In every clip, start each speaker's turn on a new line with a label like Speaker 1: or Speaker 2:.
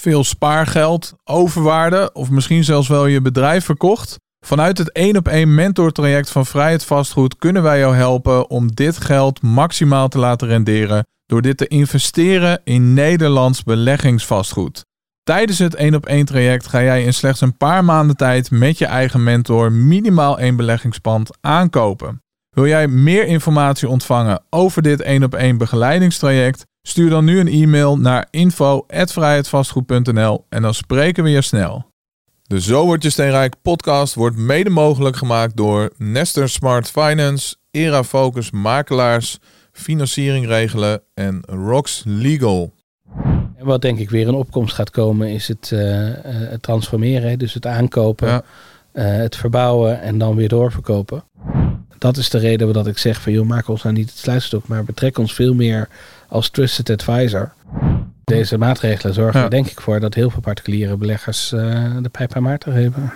Speaker 1: veel spaargeld, overwaarde of misschien zelfs wel je bedrijf verkocht? Vanuit het 1-op-1 mentortraject van Vrijheid Vastgoed kunnen wij jou helpen om dit geld maximaal te laten renderen door dit te investeren in Nederlands beleggingsvastgoed. Tijdens het 1-op-1 traject ga jij in slechts een paar maanden tijd met je eigen mentor minimaal 1 beleggingspand aankopen. Wil jij meer informatie ontvangen over dit 1-op-1 begeleidingstraject? Stuur dan nu een e-mail naar info@vrijheidvastgoed.nl en dan spreken we je snel. De Zo Word Je Steenrijk podcast wordt mede mogelijk gemaakt door Nestor Smart Finance, Era Focus Makelaars, Financiering Regelen en Rox Legal.
Speaker 2: En wat denk ik weer in opkomst gaat komen is het transformeren. Dus het aankopen, het verbouwen en dan weer doorverkopen. Dat is de reden dat ik zeg van joh, maak ons nou niet het sluitstok, maar betrek ons veel meer als trusted advisor. Deze maatregelen zorgen er denk ik voor dat heel veel particuliere beleggers de pijp aan Maarten hebben.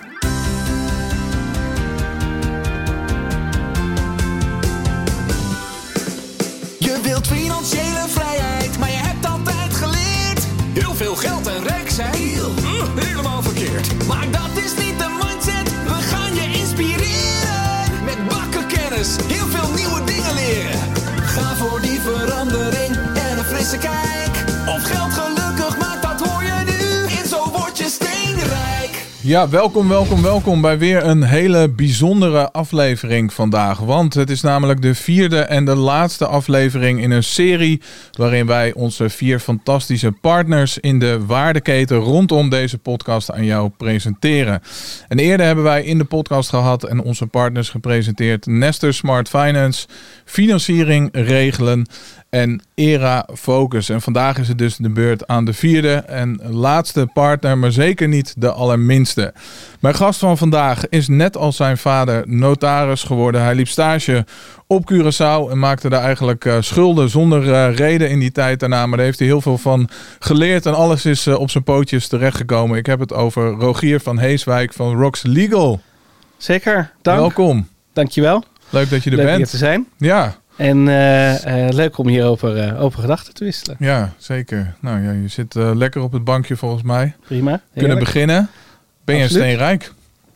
Speaker 3: Je wilt financiële vrijheid, maar je hebt altijd geleerd. Heel veel geld en rijk zijn, helemaal verkeerd. Maar dat is niet de mindset, we gaan je inspireren. Met bakken kennis, heel veel nieuwe dingen leren. Ga voor die verandering en een frisse kijk. Of geld gelukkig maakt, dat hoor je nu. In Zo Word Je Steenrijk.
Speaker 1: Ja, welkom bij weer een hele bijzondere aflevering vandaag. Want het is namelijk de 4e en de laatste aflevering in een serie waarin wij onze 4 fantastische partners in de waardeketen rondom deze podcast aan jou presenteren. En eerder hebben wij in de podcast gehad en onze partners gepresenteerd Nestor Smart Finance, Financiering Regelen en Era Focus. En vandaag is het dus de beurt aan de 4e en laatste partner, maar zeker niet de allerminste. Mijn gast van vandaag is net als zijn vader notaris geworden. Hij liep stage op Curaçao en maakte daar eigenlijk schulden zonder reden in die tijd daarna. Maar daar heeft hij heel veel van geleerd en alles is op zijn pootjes terechtgekomen. Ik heb het over Rogier van Heeswijk van Rox Legal.
Speaker 2: Zeker, dank.
Speaker 1: Welkom.
Speaker 2: Dankjewel.
Speaker 1: Leuk dat je er
Speaker 2: Leuk
Speaker 1: bent.
Speaker 2: hier te zijn.
Speaker 1: Ja.
Speaker 2: En leuk om hier over gedachten te wisselen.
Speaker 1: Ja, zeker. Nou ja, je zit lekker op het bankje volgens mij.
Speaker 2: Prima.
Speaker 1: Kunnen beginnen. Ben je steenrijk?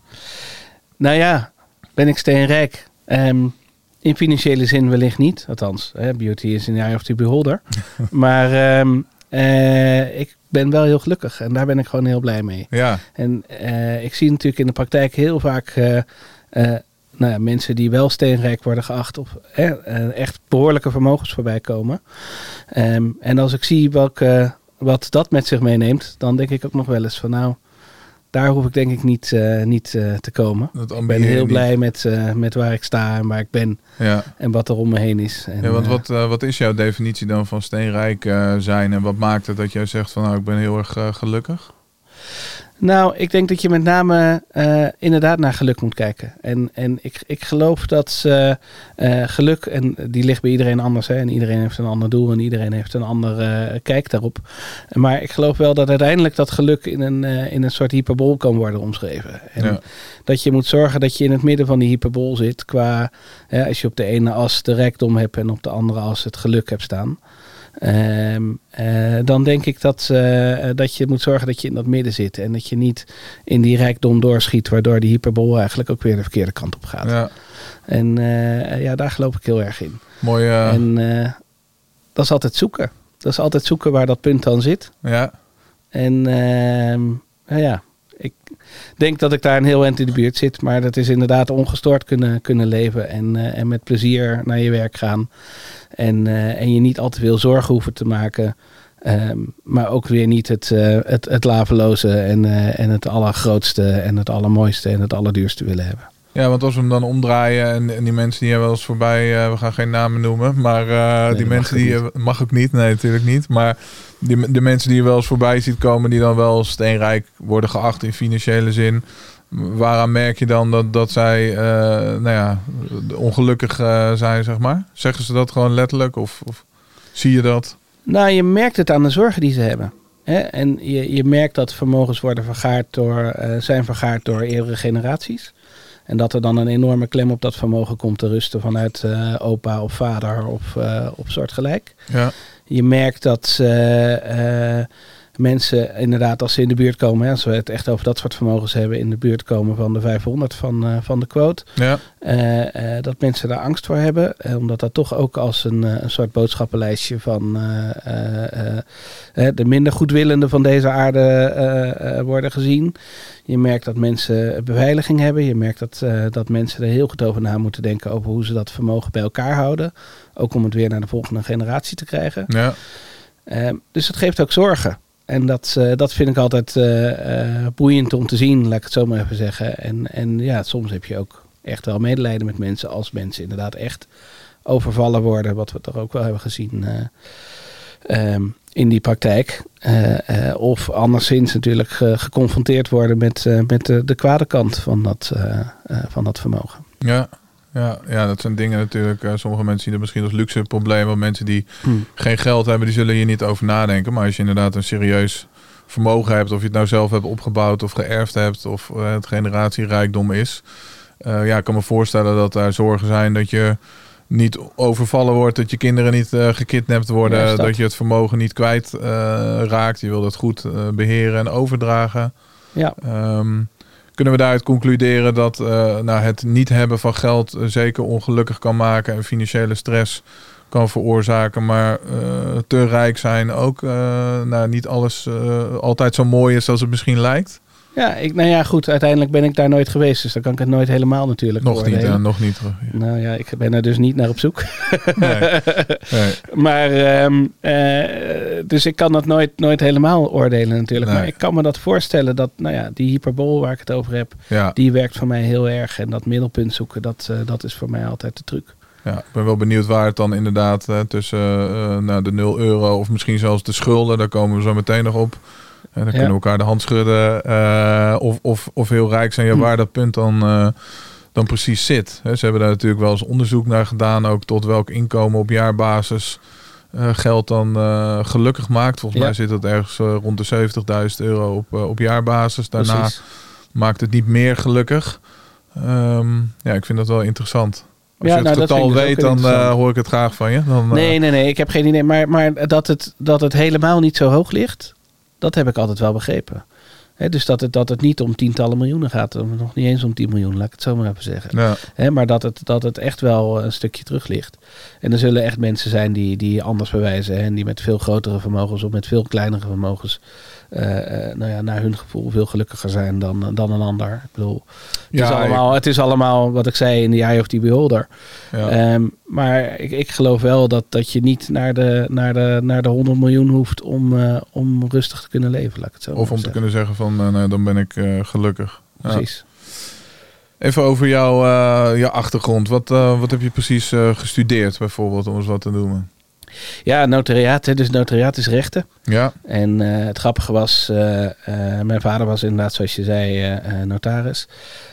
Speaker 2: Nou ja, ben ik steenrijk? In financiële zin wellicht niet. Althans, beauty is in the eye of the beholder. Maar ik ben wel heel gelukkig. En daar ben ik gewoon heel blij mee.
Speaker 1: Ja.
Speaker 2: En ik zie natuurlijk in de praktijk heel vaak mensen die wel steenrijk worden geacht of echt behoorlijke vermogens voorbij komen. En als ik zie wat dat met zich meeneemt, dan denk ik ook nog wel eens van nou, daar hoef ik denk ik niet te komen. Ik ben heel blij met waar ik sta en waar ik ben en wat er om me heen is. En,
Speaker 1: want wat is jouw definitie dan van steenrijk zijn en wat maakt het dat jij zegt van nou, ik ben heel erg gelukkig?
Speaker 2: Nou, ik denk dat je met name inderdaad naar geluk moet kijken. En ik geloof dat geluk, en die ligt bij iedereen anders. Hè, en iedereen heeft een ander doel en iedereen heeft een andere kijk daarop. Maar ik geloof wel dat uiteindelijk dat geluk in een soort hyperbool kan worden omschreven. En dat je moet zorgen dat je in het midden van die hyperbool zit. Qua als je op de ene as de rijkdom hebt en op de andere as het geluk hebt staan. Dan denk ik dat je moet zorgen dat je in dat midden zit. En dat je niet in die rijkdom doorschiet. Waardoor die hyperbol eigenlijk ook weer de verkeerde kant op gaat. Ja. En daar geloof ik heel erg in.
Speaker 1: Mooi.
Speaker 2: En dat is altijd zoeken. Dat is altijd zoeken waar dat punt dan zit.
Speaker 1: Ja.
Speaker 2: En ik denk dat ik daar een heel eind in de buurt zit. Maar dat is inderdaad ongestoord kunnen leven. En met plezier naar je werk gaan. En je niet al te veel zorgen hoeven te maken. Maar ook weer niet het laveloze en het allergrootste en het allermooiste en het allerduurste willen hebben. Ja,
Speaker 1: want als we hem dan omdraaien en die mensen die hebben wel eens voorbij, we gaan geen namen noemen, maar die mensen die mag ook niet, nee natuurlijk niet, maar de mensen die je wel eens voorbij ziet komen die dan wel steenrijk worden geacht in financiële zin, waaraan merk je dan dat zij ongelukkig zijn, zeg maar? Zeggen ze dat gewoon letterlijk of zie je dat?
Speaker 2: Nou, je merkt het aan de zorgen die ze hebben. Hè? En je merkt dat vermogens zijn vergaard door eerdere generaties. En dat er dan een enorme klem op dat vermogen komt te rusten vanuit opa of vader of soortgelijk. Ja. Je merkt dat ze mensen inderdaad als ze in de buurt komen, als we het echt over dat soort vermogens hebben, in de buurt komen van de 500 van de quote.
Speaker 1: Ja.
Speaker 2: Dat mensen daar angst voor hebben. Omdat dat toch ook als een soort boodschappenlijstje van de minder goedwillenden van deze aarde worden gezien. Je merkt dat mensen beveiliging hebben. Je merkt dat mensen er heel goed over na moeten denken over hoe ze dat vermogen bij elkaar houden. Ook om het weer naar de volgende generatie te krijgen.
Speaker 1: Ja.
Speaker 2: Dus het geeft ook zorgen. En dat vind ik altijd boeiend om te zien, laat ik het zo maar even zeggen. En ja, soms heb je ook echt wel medelijden met mensen als mensen inderdaad echt overvallen worden. Wat we toch ook wel hebben gezien in die praktijk. Of anderszins natuurlijk geconfronteerd worden met de kwade kant van dat vermogen.
Speaker 1: Ja, dat zijn dingen natuurlijk. Sommige mensen zien dat misschien als luxe problemen. Mensen die geen geld hebben, die zullen hier niet over nadenken. Maar als je inderdaad een serieus vermogen hebt, of je het nou zelf hebt opgebouwd of geërfd hebt, of het generatierijkdom is. Ik kan me voorstellen dat daar zorgen zijn dat je niet overvallen wordt, dat je kinderen niet gekidnapt worden,
Speaker 2: Ja,
Speaker 1: dat je het vermogen niet kwijt raakt. Je wil dat goed beheren en overdragen.
Speaker 2: Ja.
Speaker 1: Kunnen we daaruit concluderen dat het niet hebben van geld zeker ongelukkig kan maken en financiële stress kan veroorzaken, maar te rijk zijn ook niet alles altijd zo mooi is als het misschien lijkt?
Speaker 2: Ja, goed. Uiteindelijk ben ik daar nooit geweest. Dus dan kan ik het nooit helemaal natuurlijk beoordelen.
Speaker 1: Nog niet. Ja.
Speaker 2: Nou ja, ik ben er dus niet naar op zoek.
Speaker 1: Nee.
Speaker 2: Maar, dus ik kan dat nooit helemaal oordelen natuurlijk.
Speaker 1: Nee.
Speaker 2: Maar ik kan me dat voorstellen dat, die hyperbool waar ik het over heb, die werkt voor mij heel erg. En dat middelpunt zoeken, dat is voor mij altijd de truc.
Speaker 1: Ja, ik ben wel benieuwd waar het dan inderdaad tussen de €0 of misschien zelfs de schulden, daar komen we zo meteen nog op. En dan kunnen we elkaar de hand schudden of heel rijk zijn. Ja, waar dat punt dan precies zit. Ze hebben daar natuurlijk wel eens onderzoek naar gedaan. Ook tot welk inkomen op jaarbasis geld dan gelukkig maakt. Volgens mij zit dat ergens rond de €70.000 op jaarbasis. Daarna
Speaker 2: Precies.
Speaker 1: maakt het niet meer gelukkig. Ik vind dat wel interessant. Als je het
Speaker 2: dat
Speaker 1: getal
Speaker 2: vind ik dus
Speaker 1: weet,
Speaker 2: ook
Speaker 1: dan
Speaker 2: interessant.
Speaker 1: hoor ik het graag van je. Dan,
Speaker 2: Nee, ik heb geen idee. Maar dat het helemaal niet zo hoog ligt, dat heb ik altijd wel begrepen. Dus dat het niet om tientallen miljoenen gaat. Nog niet eens om 10 miljoen, laat ik het zo maar even zeggen.
Speaker 1: Ja.
Speaker 2: Maar dat het echt wel een stukje terug ligt. En er zullen echt mensen zijn die anders bewijzen. En die met veel grotere vermogens of met veel kleinere vermogens naar hun gevoel veel gelukkiger zijn dan een ander. Ik bedoel, het is allemaal wat ik zei in the eye of the beholder.
Speaker 1: Ja.
Speaker 2: Maar ik geloof wel dat je niet naar de 100 miljoen hoeft om rustig te kunnen leven, laat ik het zo
Speaker 1: Of om te kunnen zeggen van, dan ben ik gelukkig.
Speaker 2: Precies.
Speaker 1: Ja. Even over jouw achtergrond. Wat heb je precies gestudeerd bijvoorbeeld, om eens wat te noemen?
Speaker 2: Ja, notariaat. Dus notariaat is rechten.
Speaker 1: Ja.
Speaker 2: En het grappige was, mijn vader was inderdaad, zoals je zei, notaris.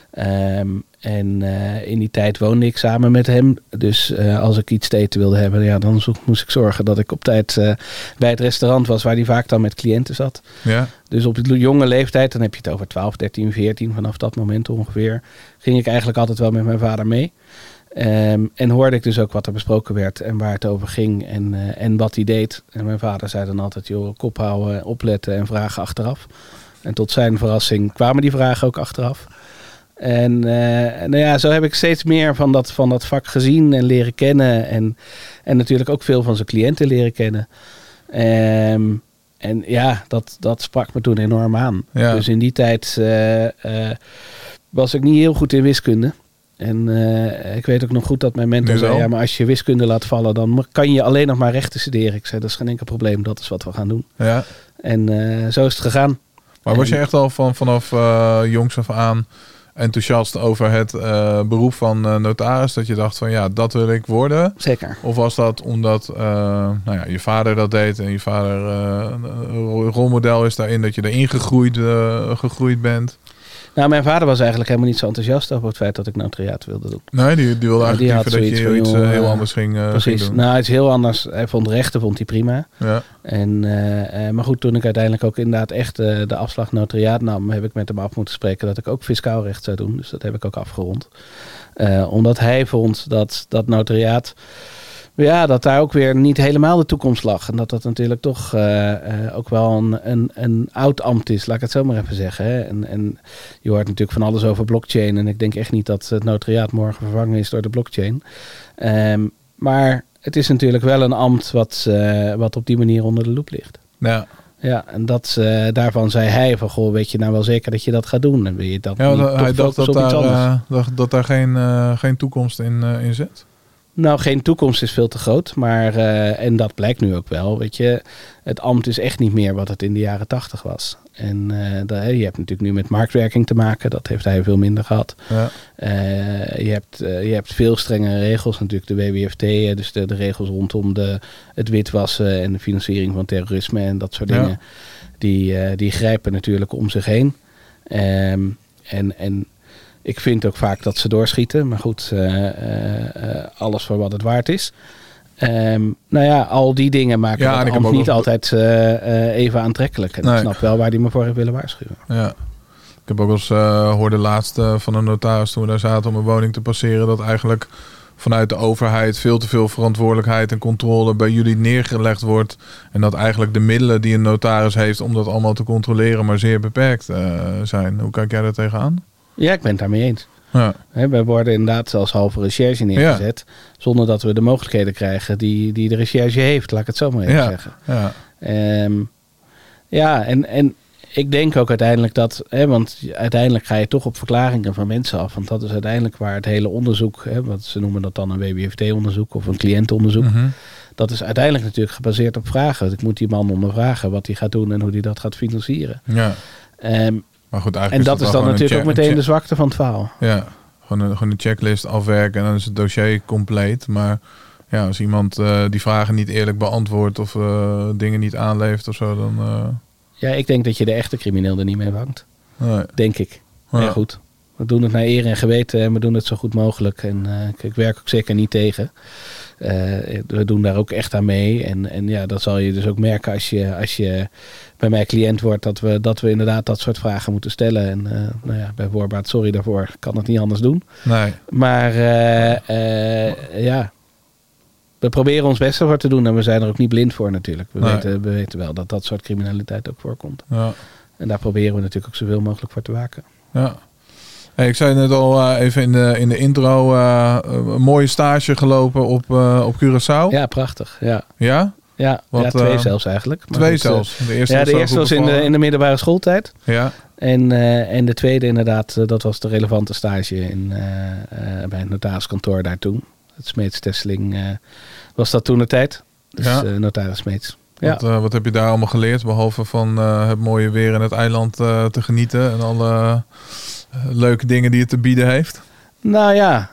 Speaker 2: En in die tijd woonde ik samen met hem. Dus als ik iets te eten wilde hebben, dan moest ik zorgen dat ik op tijd bij het restaurant was waar hij vaak dan met cliënten zat.
Speaker 1: Ja.
Speaker 2: Dus op de jonge leeftijd, dan heb je het over 12, 13, 14, vanaf dat moment ongeveer, ging ik eigenlijk altijd wel met mijn vader mee. En hoorde ik dus ook wat er besproken werd en waar het over ging en wat hij deed. En mijn vader zei dan altijd, joh, kop houden, opletten en vragen achteraf. En tot zijn verrassing kwamen die vragen ook achteraf. En zo heb ik steeds meer van dat vak gezien en leren kennen. En natuurlijk ook veel van zijn cliënten leren kennen. En dat sprak me toen enorm aan.
Speaker 1: Ja.
Speaker 2: Dus in die tijd was ik niet heel goed in wiskunde. En ik weet ook nog goed dat mijn mentor zei, ja, maar als je wiskunde laat vallen, dan kan je alleen nog maar rechten studeren. Ik zei, dat is geen enkel probleem, dat is wat we gaan doen.
Speaker 1: Ja.
Speaker 2: En zo is het gegaan.
Speaker 1: Maar was je echt al vanaf jongs af aan enthousiast over het beroep van notaris? Dat je dacht van, ja, dat wil ik worden?
Speaker 2: Zeker.
Speaker 1: Of was dat omdat je vader dat deed en je vader een rolmodel is daarin, dat je erin gegroeid bent?
Speaker 2: Nou, mijn vader was eigenlijk helemaal niet zo enthousiast over het feit dat ik notariaat wilde doen.
Speaker 1: Nee, die wilde eigenlijk liever dat je iets heel anders ging doen.
Speaker 2: Nou, het is heel anders. Hij vond rechten prima.
Speaker 1: Ja.
Speaker 2: Maar goed, toen ik uiteindelijk ook inderdaad echt de afslag notariaat nam, heb ik met hem af moeten spreken dat ik ook fiscaal recht zou doen. Dus dat heb ik ook afgerond. Omdat hij vond dat notariaat Ja, dat daar ook weer niet helemaal de toekomst lag. En dat natuurlijk toch ook wel een oud ambt is, laat ik het zo maar even zeggen. Hè. En je hoort natuurlijk van alles over blockchain. En ik denk echt niet dat het notariaat morgen vervangen is door de blockchain. Maar het is natuurlijk wel een ambt wat op die manier onder de loep ligt.
Speaker 1: Ja.
Speaker 2: Ja, en daarvan zei hij van, goh, weet je nou wel zeker dat je dat gaat doen? En wil je dat niet
Speaker 1: hij dacht dat daar geen toekomst in zit?
Speaker 2: Nou, geen toekomst is veel te groot, maar en dat blijkt nu ook wel. Weet je, het ambt is echt niet meer wat het in de jaren 80 was. En je hebt natuurlijk nu met marktwerking te maken. Dat heeft hij veel minder gehad. Ja. Je hebt veel strengere regels, natuurlijk de WWFT, dus de regels rondom het witwassen en de financiering van terrorisme en dat soort dingen. Die grijpen natuurlijk om zich heen. En ik vind ook vaak dat ze doorschieten. Maar goed, alles voor wat het waard is. Al die dingen maken het ambt niet altijd even aantrekkelijk. En ik snap wel waar die me voor heeft willen waarschuwen.
Speaker 1: Ja. Ik heb ook eens hoorde laatst van een notaris toen we daar zaten om een woning te passeren, dat eigenlijk vanuit de overheid veel te veel verantwoordelijkheid en controle bij jullie neergelegd wordt. En dat eigenlijk de middelen die een notaris heeft om dat allemaal te controleren maar zeer beperkt zijn. Hoe kijk jij daar tegenaan?
Speaker 2: Ja, ik ben het daarmee eens. Ja. We worden inderdaad als halve recherche neergezet. Ja. Zonder dat we de mogelijkheden krijgen die de recherche heeft. Laat ik het zo maar even zeggen. Ja. En ik denk ook uiteindelijk dat... want uiteindelijk ga je toch op verklaringen van mensen af. Want dat is uiteindelijk waar het hele onderzoek... wat ze noemen dat dan een WWFT-onderzoek of een cliëntenonderzoek. Mm-hmm. Dat is uiteindelijk natuurlijk gebaseerd op vragen. Ik moet die man ondervragen wat hij gaat doen en hoe hij dat gaat financieren. Ja. Maar goed, en dat is dan natuurlijk ook meteen de zwakte van het verhaal.
Speaker 1: Ja, gewoon een checklist afwerken en dan is het dossier compleet. Maar ja, als iemand die vragen niet eerlijk beantwoordt of dingen niet aanlevert of zo, dan...
Speaker 2: Ja, ik denk dat je de echte crimineel er niet mee vangt. Nee. Denk ik. Ja, goed. We doen het naar eer en geweten en we doen het zo goed mogelijk. En ik werk ook zeker niet tegen. We doen daar ook echt aan mee. En ja, dat zal je dus ook merken als je bij mij cliënt wordt, dat we inderdaad dat soort vragen moeten stellen. En bij voorbaat, sorry daarvoor, ik kan het niet anders doen. Nee. Maar we proberen ons best ervoor te doen en we zijn er ook niet blind voor natuurlijk. We weten wel dat soort criminaliteit ook voorkomt. Ja. En daar proberen we natuurlijk ook zoveel mogelijk voor te waken. Ja.
Speaker 1: Hey, ik zei net al even in de intro, een mooie stage gelopen op Curaçao.
Speaker 2: Ja, prachtig. Ja?
Speaker 1: Ja,
Speaker 2: 2 zelfs eigenlijk. Maar
Speaker 1: twee zelfs. De
Speaker 2: eerste was in de middelbare schooltijd.
Speaker 1: Ja.
Speaker 2: En de tweede inderdaad, dat was de relevante stage bij het notariskantoor daar toen. Het Smeets Tesseling was dat toen de tijd. Dus notaris Smeets. Ja.
Speaker 1: Wat heb je daar allemaal geleerd? Behalve van het mooie weer en het eiland te genieten en alle leuke dingen die het te bieden heeft?
Speaker 2: Nou ja,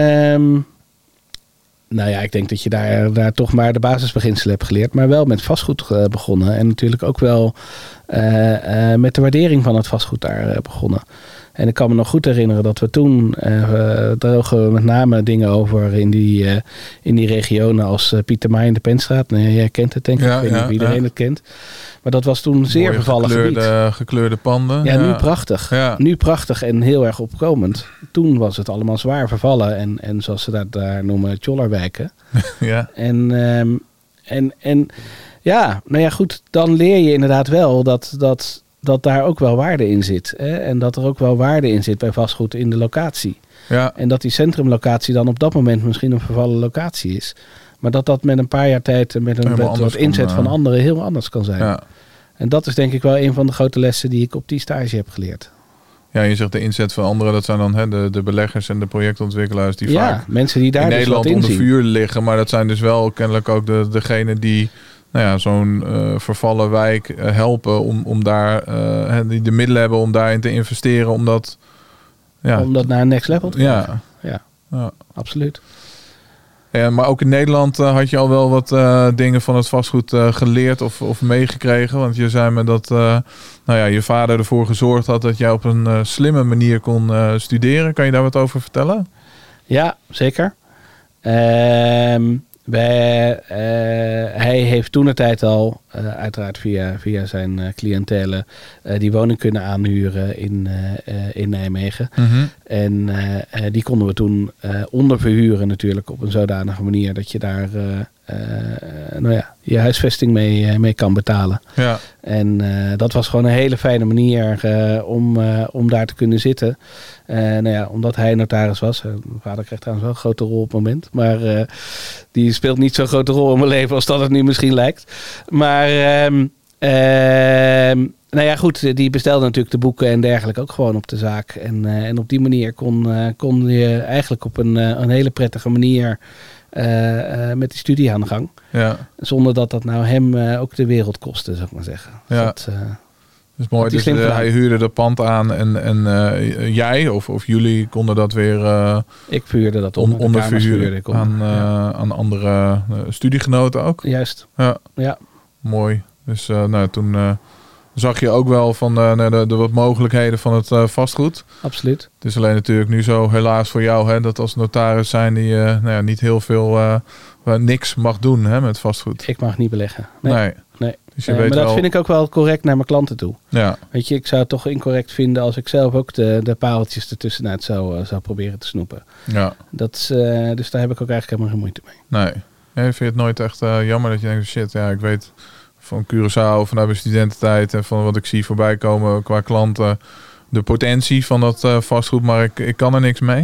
Speaker 2: ik denk dat je daar toch maar de basisbeginselen hebt geleerd. Maar wel met vastgoed begonnen. En natuurlijk ook wel met de waardering van het vastgoed daar begonnen. En ik kan me nog goed herinneren dat we toen droegen met name dingen over in die regionen als Pieter Maai in de Penstraat. Nou, jij kent het denk ik, ik weet niet of iedereen het kent. Maar dat was toen zeer vervallen gebied.
Speaker 1: Gekleurde panden.
Speaker 2: Ja, nu prachtig. Ja. Nu prachtig en heel erg opkomend. Toen was het allemaal zwaar vervallen en zoals ze dat daar noemen, tjollerwijken. Ja. En goed, dan leer je inderdaad wel dat daar ook wel waarde in zit. Hè? En dat er ook wel waarde in zit bij vastgoed in de locatie. Ja. En dat die centrumlocatie dan op dat moment misschien een vervallen locatie is. Maar dat met een paar jaar tijd en met wat inzet van anderen heel anders kan zijn. Ja. En dat is denk ik wel een van de grote lessen die ik op die stage heb geleerd.
Speaker 1: Ja, je zegt de inzet van anderen, dat zijn dan de beleggers en de projectontwikkelaars die vaak
Speaker 2: mensen die daar
Speaker 1: in
Speaker 2: dus
Speaker 1: Nederland onder vuur liggen. Maar dat zijn dus wel kennelijk ook degenen die zo'n vervallen wijk helpen om daar die de middelen hebben om daarin te investeren. Om dat
Speaker 2: naar een next level te krijgen. Ja, absoluut.
Speaker 1: Ja, maar ook in Nederland had je al wel wat dingen van het vastgoed geleerd of meegekregen. Want je zei me dat je vader ervoor gezorgd had dat jij op een slimme manier kon studeren. Kan je daar wat over vertellen?
Speaker 2: Ja, zeker. Hij heeft toentertijd al uiteraard via zijn cliëntelen die woning kunnen aanhuren in Nijmegen.
Speaker 1: Mhm.
Speaker 2: En die konden we toen onderverhuren natuurlijk op een zodanige manier dat je daar je huisvesting mee kan betalen.
Speaker 1: Ja.
Speaker 2: En dat was gewoon een hele fijne manier om daar te kunnen zitten. Omdat hij notaris was. Mijn vader kreeg trouwens wel een grote rol op het moment. Maar die speelt niet zo'n grote rol in mijn leven als dat het nu misschien lijkt. Maar goed, die bestelde natuurlijk de boeken en dergelijke ook gewoon op de zaak. En op die manier kon je eigenlijk op een hele prettige manier met die studie aan de gang.
Speaker 1: Ja.
Speaker 2: Zonder dat nou hem ook de wereld kostte, zou ik maar zeggen.
Speaker 1: Ja.
Speaker 2: Dat
Speaker 1: is mooi. Dus hij huurde dat pand aan en jij of jullie konden dat weer
Speaker 2: ik verhuurde dat
Speaker 1: onderverhuren aan andere studiegenoten ook?
Speaker 2: Juist. Ja.
Speaker 1: Mooi. Dus toen zag je ook wel van de wat mogelijkheden van het vastgoed.
Speaker 2: Absoluut.
Speaker 1: Het is alleen natuurlijk nu zo helaas voor jou dat als notaris zijn die niet heel veel niks mag doen met vastgoed.
Speaker 2: Ik mag niet beleggen.
Speaker 1: Nee. Dus je weet
Speaker 2: maar dat
Speaker 1: wel...
Speaker 2: vind ik ook wel correct naar mijn klanten toe.
Speaker 1: Ja.
Speaker 2: Weet je, ik zou het toch incorrect vinden als ik zelf ook de pareltjes ertussenuit zou proberen te snoepen.
Speaker 1: Ja.
Speaker 2: Dus daar heb ik ook eigenlijk helemaal geen moeite mee.
Speaker 1: Nee. Vind je het nooit echt jammer dat je denkt, shit, ik weet van Curaçao, vanuit mijn studententijd en van wat ik zie voorbij komen qua klanten, de potentie van dat vastgoed, maar ik kan er niks mee?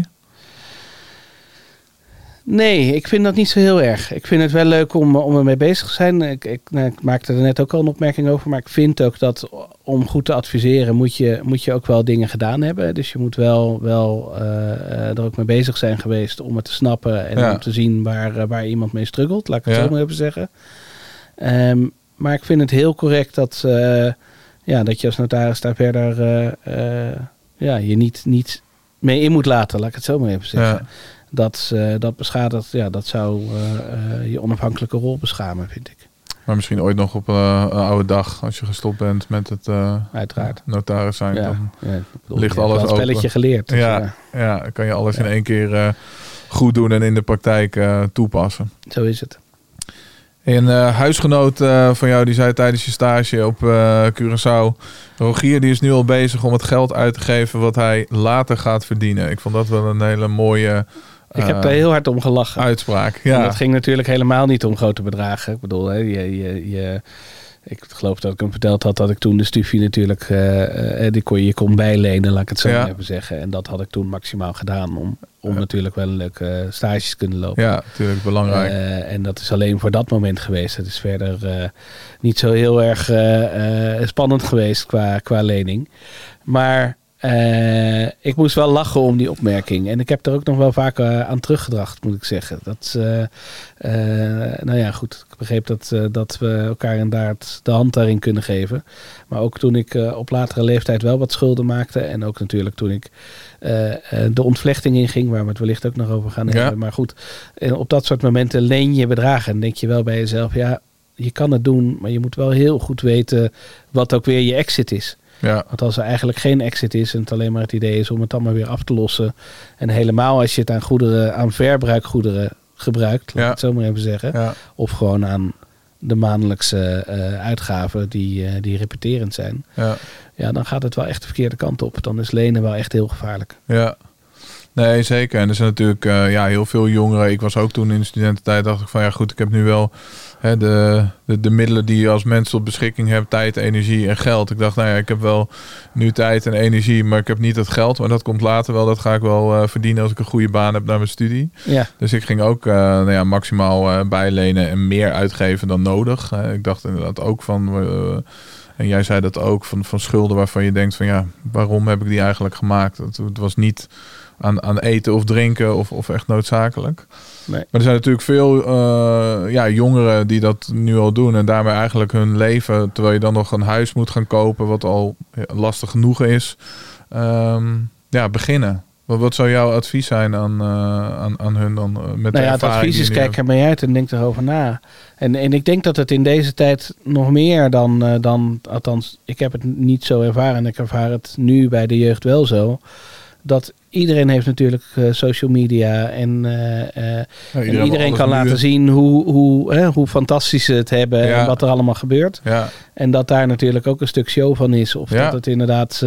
Speaker 1: Nee,
Speaker 2: ik vind dat niet zo heel erg. Ik vind het wel leuk om ermee bezig te zijn. Ik maakte er net ook al een opmerking over. Maar ik vind ook dat om goed te adviseren moet je ook wel dingen gedaan hebben. Dus je moet wel er ook mee bezig zijn geweest om het te snappen. En om te zien waar iemand mee struggelt. Laat ik het zo maar even zeggen. Maar ik vind het heel correct dat je als notaris daar verder je niet mee in moet laten. Laat ik het zo maar even zeggen. Ja. Dat beschadigt, dat zou je onafhankelijke rol beschamen, vind ik.
Speaker 1: Maar misschien ooit nog op een oude dag, als je gestopt bent met het
Speaker 2: uiteraard
Speaker 1: notaris zijn, dan ligt alles open.
Speaker 2: Een spelletje geleerd. Dus,
Speaker 1: dan kan je alles in één keer goed doen en in de praktijk toepassen.
Speaker 2: Zo is het.
Speaker 1: Een huisgenoot van jou, die zei tijdens je stage op Curaçao, Rogier, die is nu al bezig om het geld uit te geven wat hij later gaat verdienen. Ik vond dat wel een hele mooie
Speaker 2: ik heb daar heel hard om gelachen.
Speaker 1: Uitspraak, ja.
Speaker 2: En dat ging natuurlijk helemaal niet om grote bedragen. Ik bedoel, ik geloof dat ik hem verteld had dat ik toen de studie natuurlijk, je kon bijlenen, laat ik het zo even zeggen. En dat had ik toen maximaal gedaan om natuurlijk wel een leuke stages te kunnen lopen.
Speaker 1: Ja, natuurlijk belangrijk.
Speaker 2: En dat is alleen voor dat moment geweest. Het is verder niet zo heel erg spannend geweest qua lening. Maar ik moest wel lachen om die opmerking. En ik heb er ook nog wel vaak aan teruggedacht, moet ik zeggen. Goed. Ik begreep dat we elkaar inderdaad de hand daarin kunnen geven. Maar ook toen ik op latere leeftijd wel wat schulden maakte. En ook natuurlijk toen ik de ontvlechting inging, waar we het wellicht ook nog over gaan hebben. Maar goed, op dat soort momenten leen je bedragen. En denk je wel bij jezelf, je kan het doen, maar je moet wel heel goed weten wat ook weer je exit is. Ja. Want als er eigenlijk geen exit is en het alleen maar het idee is om het dan maar weer af te lossen. En helemaal als je het aan verbruikgoederen gebruikt, laat ik het zo maar even zeggen. Ja. Of gewoon aan de maandelijkse uitgaven die repeterend zijn. Ja, dan gaat het wel echt de verkeerde kant op. Dan is lenen wel echt heel gevaarlijk.
Speaker 1: Ja. Nee, zeker. En er zijn natuurlijk heel veel jongeren. Ik was ook toen in de studententijd, dacht ik van ik heb nu wel de middelen die je als mens tot beschikking hebt, tijd, energie en geld. Ik dacht, ik heb wel nu tijd en energie, maar ik heb niet het geld. Maar dat komt later wel. Dat ga ik wel verdienen als ik een goede baan heb naar mijn studie. Ja. Dus ik ging ook maximaal bijlenen en meer uitgeven dan nodig. Ik dacht inderdaad ook van... en jij zei dat ook, van schulden waarvan je denkt van waarom heb ik die eigenlijk gemaakt? Het was niet aan eten of drinken of echt noodzakelijk. Nee. Maar er zijn natuurlijk veel jongeren die dat nu al doen en daarmee eigenlijk hun leven, terwijl je dan nog een huis moet gaan kopen, wat al lastig genoeg is, beginnen. Wat zou jouw advies zijn aan hun dan met de ervaring?
Speaker 2: Het advies is kijk ermee uit en denk erover na. En ik denk dat het in deze tijd nog meer dan althans, ik heb het niet zo ervaren en ik ervaar het nu bij de jeugd wel zo. dat iedereen heeft natuurlijk social media en iedereen kan laten zien hoe fantastisch ze het hebben en wat er allemaal gebeurt.
Speaker 1: Ja.
Speaker 2: En dat daar natuurlijk ook een stuk show van is. Of dat het inderdaad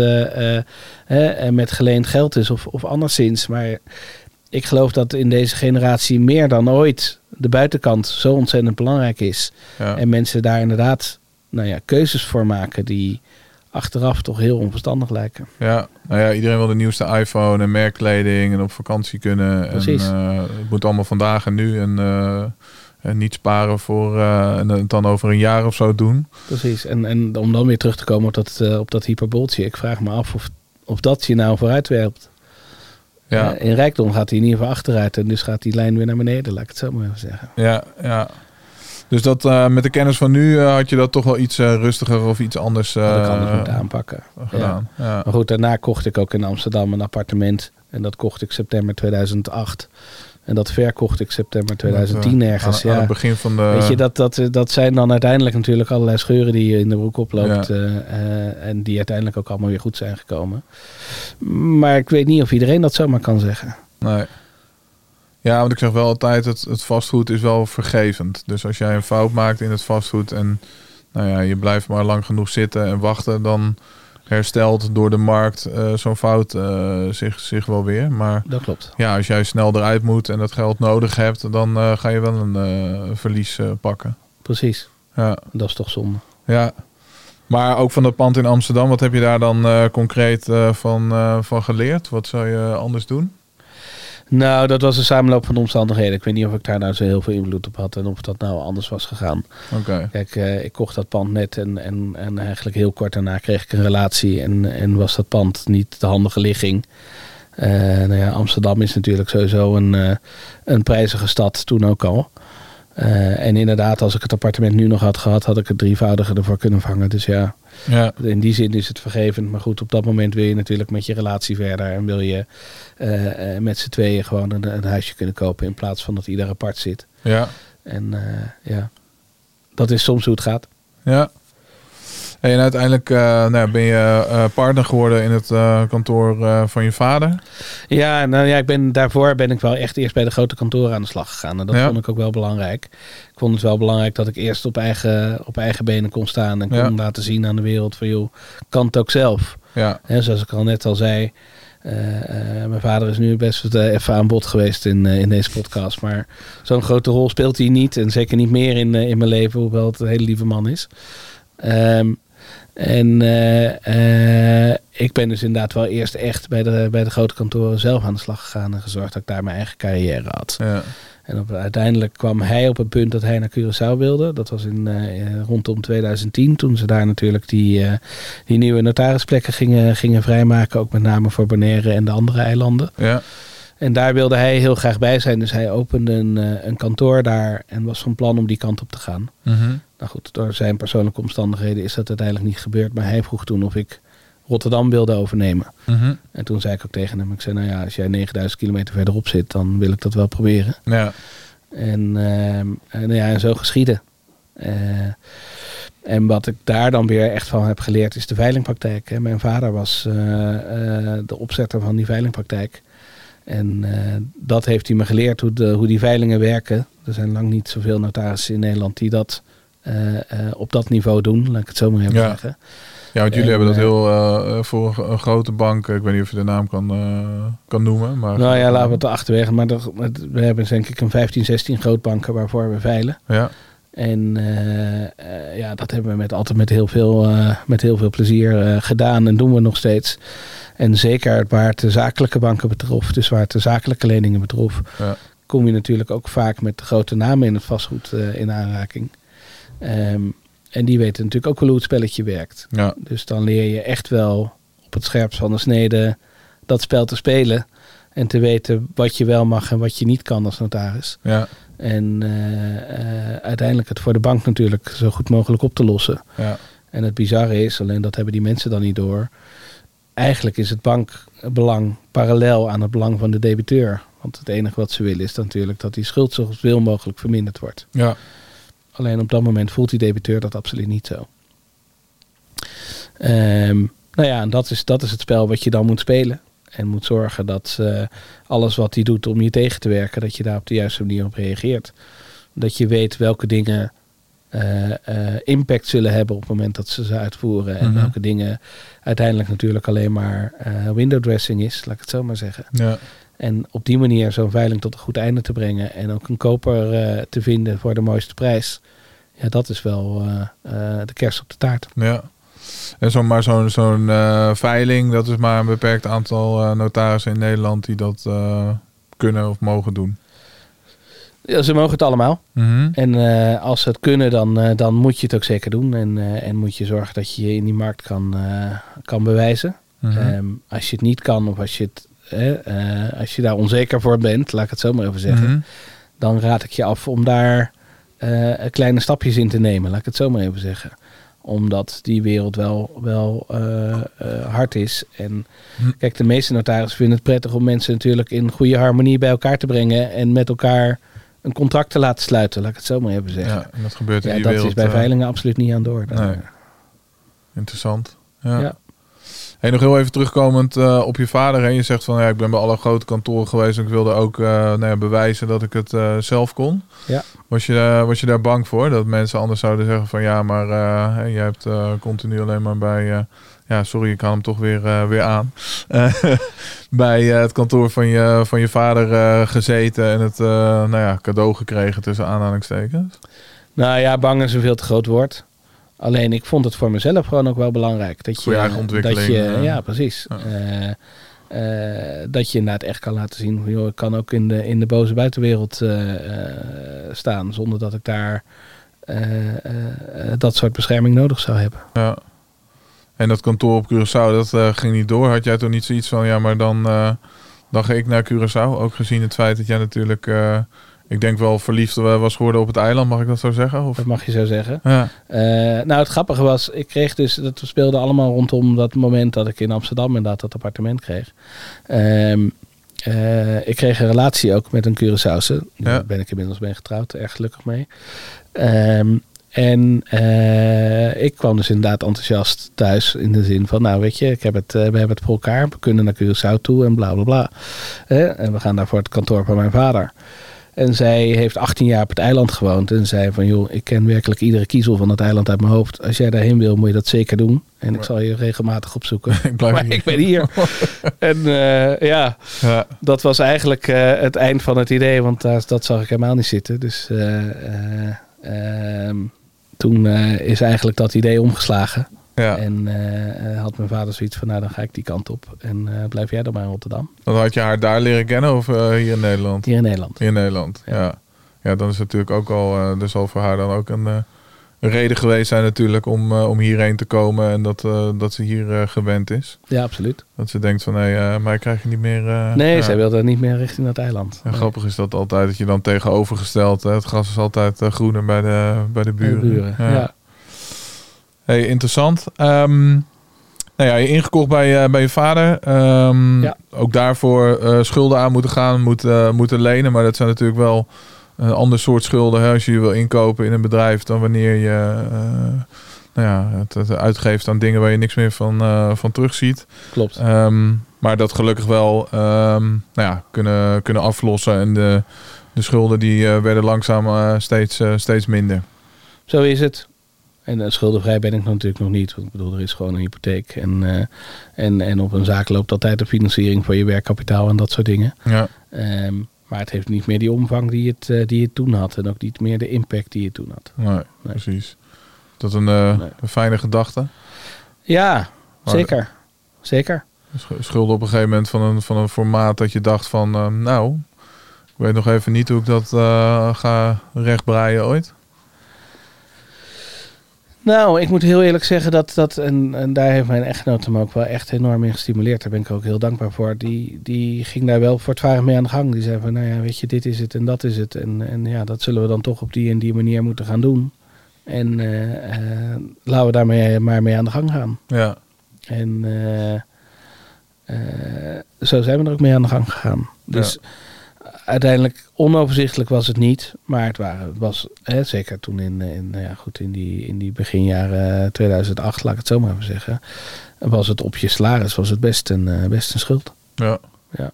Speaker 2: met geleend geld is of anderszins. Maar ik geloof dat in deze generatie meer dan ooit de buitenkant zo ontzettend belangrijk is. Ja. En mensen daar inderdaad keuzes voor maken die achteraf toch heel onverstandig lijken.
Speaker 1: Ja, iedereen wil de nieuwste iPhone en merkkleding en op vakantie kunnen.
Speaker 2: Precies.
Speaker 1: En het moet allemaal vandaag en nu en niet sparen voor en het dan over een jaar of zo doen.
Speaker 2: Precies. En om dan weer terug te komen op dat hyperbooltje. Ik vraag me af of dat je nou vooruit werpt. Ja. In rijkdom gaat hij in ieder geval achteruit en dus gaat die lijn weer naar beneden, laat ik het zo maar even zeggen.
Speaker 1: Ja. Dus dat met de kennis van nu had je dat toch wel iets rustiger of iets anders
Speaker 2: dat kan ik moeten aanpakken.
Speaker 1: Gedaan. Ja.
Speaker 2: Maar goed, daarna kocht ik ook in Amsterdam een appartement en dat kocht ik september 2008. En dat verkocht ik september 2010 ergens.
Speaker 1: Aan het begin van de...
Speaker 2: Weet je, dat zijn dan uiteindelijk natuurlijk allerlei scheuren die je in de broek oploopt. En die uiteindelijk ook allemaal weer goed zijn gekomen. Maar ik weet niet of iedereen dat zomaar kan zeggen.
Speaker 1: Nee. Ja, want ik zeg wel altijd, het vastgoed is wel vergevend. Dus als jij een fout maakt in het vastgoed en je blijft maar lang genoeg zitten en wachten, dan herstelt door de markt zo'n fout zich wel weer. Maar
Speaker 2: dat klopt.
Speaker 1: Ja, als jij snel eruit moet en dat geld nodig hebt, dan ga je wel een verlies pakken.
Speaker 2: Precies.
Speaker 1: Ja.
Speaker 2: Dat is toch zonde.
Speaker 1: Ja. Maar ook van dat pand in Amsterdam, wat heb je daar dan concreet van geleerd? Wat zou je anders doen?
Speaker 2: Nou, dat was een samenloop van omstandigheden. Ik weet niet of ik daar nou zo heel veel invloed op had en of dat nou anders was gegaan.
Speaker 1: Okay.
Speaker 2: Kijk, ik kocht dat pand net en eigenlijk heel kort daarna kreeg ik een relatie en was dat pand niet de handige ligging. Amsterdam is natuurlijk sowieso een prijzige stad, toen ook al. En inderdaad, als ik het appartement nu nog had gehad, had ik het drievoudige ervoor kunnen vangen. Dus ja, in die zin is het vergevend. Maar goed, op dat moment wil je natuurlijk met je relatie verder. En wil je met z'n tweeën gewoon een huisje kunnen kopen in plaats van dat ieder apart zit.
Speaker 1: Ja.
Speaker 2: En dat is soms hoe het gaat.
Speaker 1: Ja. En uiteindelijk ben je partner geworden in het kantoor van je vader.
Speaker 2: Ja, daarvoor ben ik wel echt eerst bij de grote kantoren aan de slag gegaan. En dat vond ik ook wel belangrijk. Ik vond het wel belangrijk dat ik eerst op eigen benen kon staan. En kon laten zien aan de wereld van, joh, kan het ook zelf. Ja. En zoals ik al net al zei, mijn vader is nu best even aan bod geweest in deze podcast. Maar zo'n grote rol speelt hij niet. En zeker niet meer in mijn leven, hoewel het een hele lieve man is. Ik ben dus inderdaad wel eerst echt bij de grote kantoren zelf aan de slag gegaan en gezorgd dat ik daar mijn eigen carrière had. Ja. En uiteindelijk kwam hij op het punt dat hij naar Curaçao wilde. Dat was rondom 2010, toen ze daar natuurlijk die nieuwe notarisplekken gingen vrijmaken, ook met name voor Bonaire en de andere eilanden. Ja. En daar wilde hij heel graag bij zijn. Dus hij opende een kantoor daar en was van plan om die kant op te gaan. Mm-hmm. Nou goed, door zijn persoonlijke omstandigheden is dat uiteindelijk niet gebeurd. Maar hij vroeg toen of ik Rotterdam wilde overnemen. Mm-hmm. En toen zei ik ook tegen hem, ik zei, als jij 9000 kilometer verderop zit, dan wil ik dat wel proberen. Ja. En zo geschiedde. En wat ik daar dan weer echt van heb geleerd is de veilingpraktijk. Hè. Mijn vader was de opzetter van die veilingpraktijk. En dat heeft hij me geleerd, hoe die veilingen werken. Er zijn lang niet zoveel notarissen in Nederland die dat op dat niveau doen, laat ik het zo maar even zeggen.
Speaker 1: Ja, want jullie hebben dat heel voor een grote bank, ik weet niet of je de naam kan noemen. Maar
Speaker 2: laten we het achterwege. Maar we hebben denk ik een 15, 16 grootbanken waarvoor we veilen. Ja. En dat hebben we altijd met heel veel plezier gedaan en doen we nog steeds. En zeker waar het de zakelijke banken betrof, dus waar het de zakelijke leningen betrof, kom je natuurlijk ook vaak met grote namen in het vastgoed in aanraking. En die weten natuurlijk ook wel hoe het spelletje werkt. Ja. Dus dan leer je echt wel op het scherpst van de snede dat spel te spelen. En te weten wat je wel mag en wat je niet kan als notaris. Ja. En uiteindelijk het voor de bank natuurlijk zo goed mogelijk op te lossen. Ja. En het bizarre is, alleen dat hebben die mensen dan niet door. Eigenlijk is het bankbelang parallel aan het belang van de debiteur. Want het enige wat ze willen is natuurlijk dat die schuld zo veel mogelijk verminderd wordt. Ja. Alleen op dat moment voelt die debiteur dat absoluut niet zo. En dat is het spel wat je dan moet spelen. En moet zorgen dat alles wat hij doet om je tegen te werken, dat je daar op de juiste manier op reageert. Dat je weet welke dingen impact zullen hebben op het moment dat ze uitvoeren. En welke dingen uiteindelijk natuurlijk alleen maar window dressing is, laat ik het zo maar zeggen.
Speaker 1: Ja.
Speaker 2: En op die manier zo'n veiling tot een goed einde te brengen. En ook een koper te vinden voor de mooiste prijs. Ja, dat is wel de kerst op de taart.
Speaker 1: Ja. En zo'n veiling, dat is maar een beperkt aantal notarissen in Nederland die dat kunnen of mogen doen.
Speaker 2: Ja, ze mogen het allemaal.
Speaker 1: Mm-hmm.
Speaker 2: En als ze het kunnen, dan moet je het ook zeker doen. En moet je zorgen dat je je in die markt kan bewijzen.
Speaker 1: Mm-hmm.
Speaker 2: Als je het niet kan of als je daar onzeker voor bent, laat ik het zo maar even zeggen.
Speaker 1: Mm-hmm.
Speaker 2: Dan raad ik je af om daar kleine stapjes in te nemen, laat ik het zo maar even zeggen. Omdat die wereld wel hard is. En kijk, de meeste notarissen vinden het prettig om mensen natuurlijk in goede harmonie bij elkaar te brengen. En met elkaar een contract te laten sluiten, laat ik het zo maar even zeggen.
Speaker 1: Ja, en dat gebeurt in die
Speaker 2: dat
Speaker 1: wereld.
Speaker 2: is bij veilingen absoluut niet aan de orde.
Speaker 1: Nee. Interessant. Ja.
Speaker 2: Ja.
Speaker 1: Hey, nog heel even terugkomend op je vader. Hè? Je zegt van, ik ben bij alle grote kantoren geweest en ik wilde ook bewijzen dat ik het zelf kon.
Speaker 2: Ja.
Speaker 1: Was je daar bang voor? Dat mensen anders zouden zeggen van, ja, maar jij hebt continu alleen maar bij... sorry, ik haal hem toch weer aan. Bij het kantoor van je vader gezeten en het cadeau gekregen tussen aanhalingstekens.
Speaker 2: Nou ja, bang is een veel te groot woord. Alleen ik vond het voor mezelf gewoon ook wel belangrijk. Dat je,
Speaker 1: voor je eigen ontwikkeling.
Speaker 2: Ja, precies.
Speaker 1: Ja.
Speaker 2: Dat je inderdaad echt kan laten zien. Joh, ik kan ook in de boze buitenwereld staan. Zonder dat ik daar dat soort bescherming nodig zou hebben. Ja.
Speaker 1: En dat kantoor op Curaçao, dat ging niet door. Had jij toch niet zoiets van, ja, maar dan ga ik naar Curaçao? Ook gezien het feit dat jij natuurlijk... ik denk wel verliefd was geworden op het eiland, mag ik dat zo zeggen? Of? Dat
Speaker 2: mag je zo zeggen.
Speaker 1: Ja.
Speaker 2: Nou, het grappige was, ik kreeg dus, dat speelde allemaal rondom dat moment dat ik in Amsterdam inderdaad dat appartement kreeg. Ik kreeg een relatie ook met een Curaçaose. Daar ben ik inmiddels mee getrouwd, erg gelukkig mee. Ik kwam dus inderdaad enthousiast thuis in de zin van, nou weet je, we hebben het voor elkaar, we kunnen naar Curaçao toe en bla bla bla. En we gaan daar voor het kantoor van mijn vader. En zij heeft 18 jaar op het eiland gewoond. En zei van, joh, ik ken werkelijk iedere kiezel van het eiland uit mijn hoofd. Als jij daarheen wil, moet je dat zeker doen. En ik zal je regelmatig opzoeken. Ik ben hier. En dat was eigenlijk het eind van het idee. Want dat zag ik helemaal niet zitten. Dus toen is eigenlijk dat idee omgeslagen. Ja. En had mijn vader zoiets van, nou dan ga ik die kant op. En blijf jij dan maar in Rotterdam.
Speaker 1: Dan had je haar daar leren kennen of hier in Nederland?
Speaker 2: Hier in Nederland.
Speaker 1: Hier in Nederland, ja. Ja, dan is het natuurlijk ook al... er zal voor haar dan ook een reden geweest zijn natuurlijk om hierheen te komen. En dat ze hier gewend is.
Speaker 2: Ja, absoluut.
Speaker 1: Dat ze denkt van, nee, maar krijg je niet meer...
Speaker 2: nee, zij wilde niet meer richting dat eiland.
Speaker 1: Ja, grappig is dat altijd, dat je dan tegenovergesteld... het gras is altijd groener bij de buren.
Speaker 2: Ja.
Speaker 1: Hey, interessant. Je ingekocht bij je vader. Ook daarvoor schulden aan moeten gaan, moeten lenen. Maar dat zijn natuurlijk wel een ander soort schulden. Hè, als je wil inkopen in een bedrijf dan wanneer je het uitgeeft aan dingen waar je niks meer van terugziet.
Speaker 2: Klopt.
Speaker 1: Maar dat gelukkig wel kunnen aflossen. En de schulden die werden langzaam steeds minder.
Speaker 2: Zo is het. En schuldenvrij ben ik natuurlijk nog niet. Want ik bedoel, er is gewoon een hypotheek. En op een zaak loopt altijd de financiering voor je werkkapitaal en dat soort dingen. Ja. Maar het heeft niet meer die omvang die het toen had. En ook niet meer de impact die het toen had.
Speaker 1: Nee. Precies. Is dat een fijne gedachte?
Speaker 2: Ja, zeker. Zeker.
Speaker 1: Schulden op een gegeven moment van een formaat dat je dacht van... ik weet nog even niet hoe ik dat ga rechtbreien ooit.
Speaker 2: Nou, ik moet heel eerlijk zeggen dat en daar heeft mijn echtgenote me ook wel echt enorm in gestimuleerd. Daar ben ik ook heel dankbaar voor. Die ging daar wel voortvarend mee aan de gang. Die zei van, nou ja, weet je, dit is het en dat is het. En ja, dat zullen we dan toch op die en die manier moeten gaan doen. En laten we daarmee maar mee aan de gang gaan. Ja. En zo zijn we er ook mee aan de gang gegaan. Dus... Ja. Uiteindelijk onoverzichtelijk was het niet, maar het was zeker toen in die beginjaren 2008, laat ik het zo maar even zeggen, was het op je salaris best een schuld.
Speaker 1: Ja.
Speaker 2: Ja.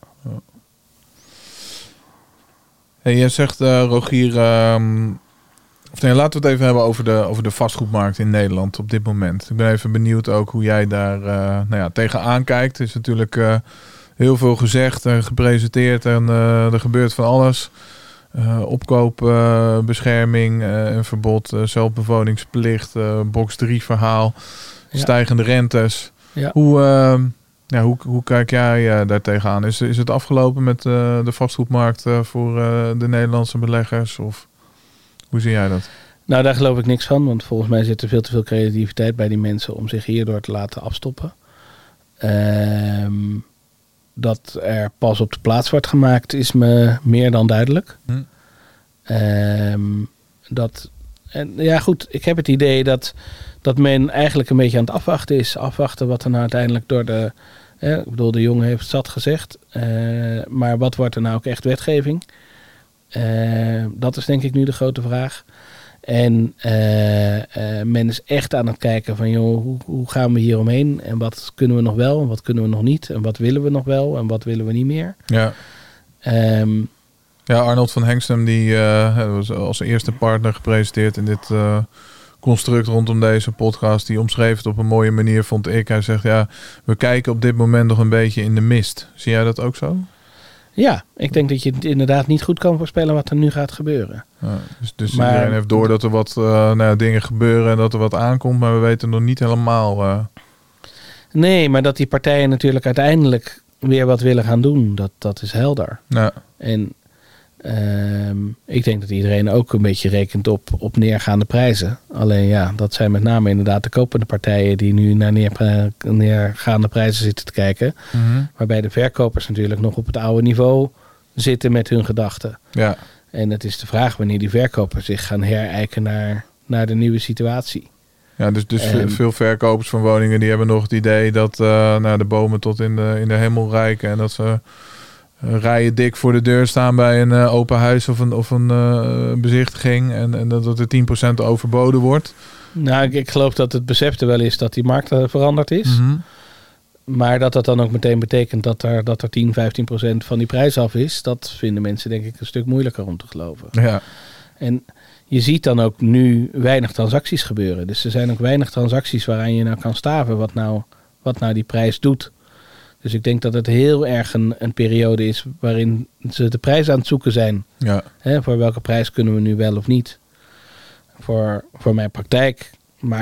Speaker 1: Hey, jij zegt, Rogier... laten we het even hebben over de vastgoedmarkt in Nederland op dit moment. Ik ben even benieuwd ook hoe jij daar tegenaan kijkt. Er is natuurlijk heel veel gezegd en gepresenteerd en er gebeurt van alles. Opkoopbescherming, een verbod, zelfbewoningsplicht, box 3 verhaal, stijgende rentes. Ja. Hoe kijk jij daar tegenaan? Is het afgelopen met de vastgoedmarkt voor de Nederlandse beleggers? Of hoe zie jij dat?
Speaker 2: Nou, daar geloof ik niks van. Want volgens mij zit er veel te veel creativiteit bij die mensen om zich hierdoor te laten afstoppen. Dat er pas op de plaats wordt gemaakt is me meer dan duidelijk. Goed, ik heb het idee dat men eigenlijk een beetje aan het afwachten is. Afwachten wat er nou uiteindelijk door de... ik bedoel, de jongen heeft het zat gezegd. Maar wat wordt er nou ook echt wetgeving? Dat is denk ik nu de grote vraag. En men is echt aan het kijken van... joh, hoe gaan we hier omheen? En wat kunnen we nog wel en wat kunnen we nog niet? En wat willen we nog wel en wat willen we niet meer?
Speaker 1: Ja. Arnold van Hengstem die was als eerste partner gepresenteerd in dit construct rondom deze podcast. Die omschreef het op een mooie manier, vond ik. Hij zegt, we kijken op dit moment nog een beetje in de mist. Zie jij dat ook zo? Ja,
Speaker 2: ik denk dat je het inderdaad niet goed kan voorspellen wat er nu gaat gebeuren.
Speaker 1: Ja, dus iedereen heeft door dat er wat dingen gebeuren en dat er wat aankomt, maar we weten nog niet helemaal.
Speaker 2: Nee, maar dat die partijen natuurlijk uiteindelijk weer wat willen gaan doen, dat is helder. Ja. En ik denk dat iedereen ook een beetje rekent op neergaande prijzen. Alleen dat zijn met name inderdaad de kopende partijen die nu naar neergaande prijzen zitten te kijken. Mm-hmm. Waarbij de verkopers natuurlijk nog op het oude niveau zitten met hun gedachten. Ja. En het is de vraag wanneer die verkopers zich gaan herijken naar de nieuwe situatie.
Speaker 1: Ja, dus veel verkopers van woningen die hebben nog het idee dat de bomen tot in de hemel reiken en dat ze rijen dik voor de deur staan bij een open huis of een bezichtiging en dat er 10% overboden wordt.
Speaker 2: Nou, ik geloof dat het besef er wel is dat die markt veranderd is. Mm-hmm. Maar dat dan ook meteen betekent dat er 10-15% van die prijs af is, dat vinden mensen denk ik een stuk moeilijker om te geloven. Ja. En je ziet dan ook nu weinig transacties gebeuren. Dus er zijn ook weinig transacties waaraan je nou kan staven wat nou die prijs doet. Dus ik denk dat het heel erg een periode is waarin ze de prijs aan het zoeken zijn. Ja. Voor welke prijs kunnen we nu wel of niet. Voor mijn praktijk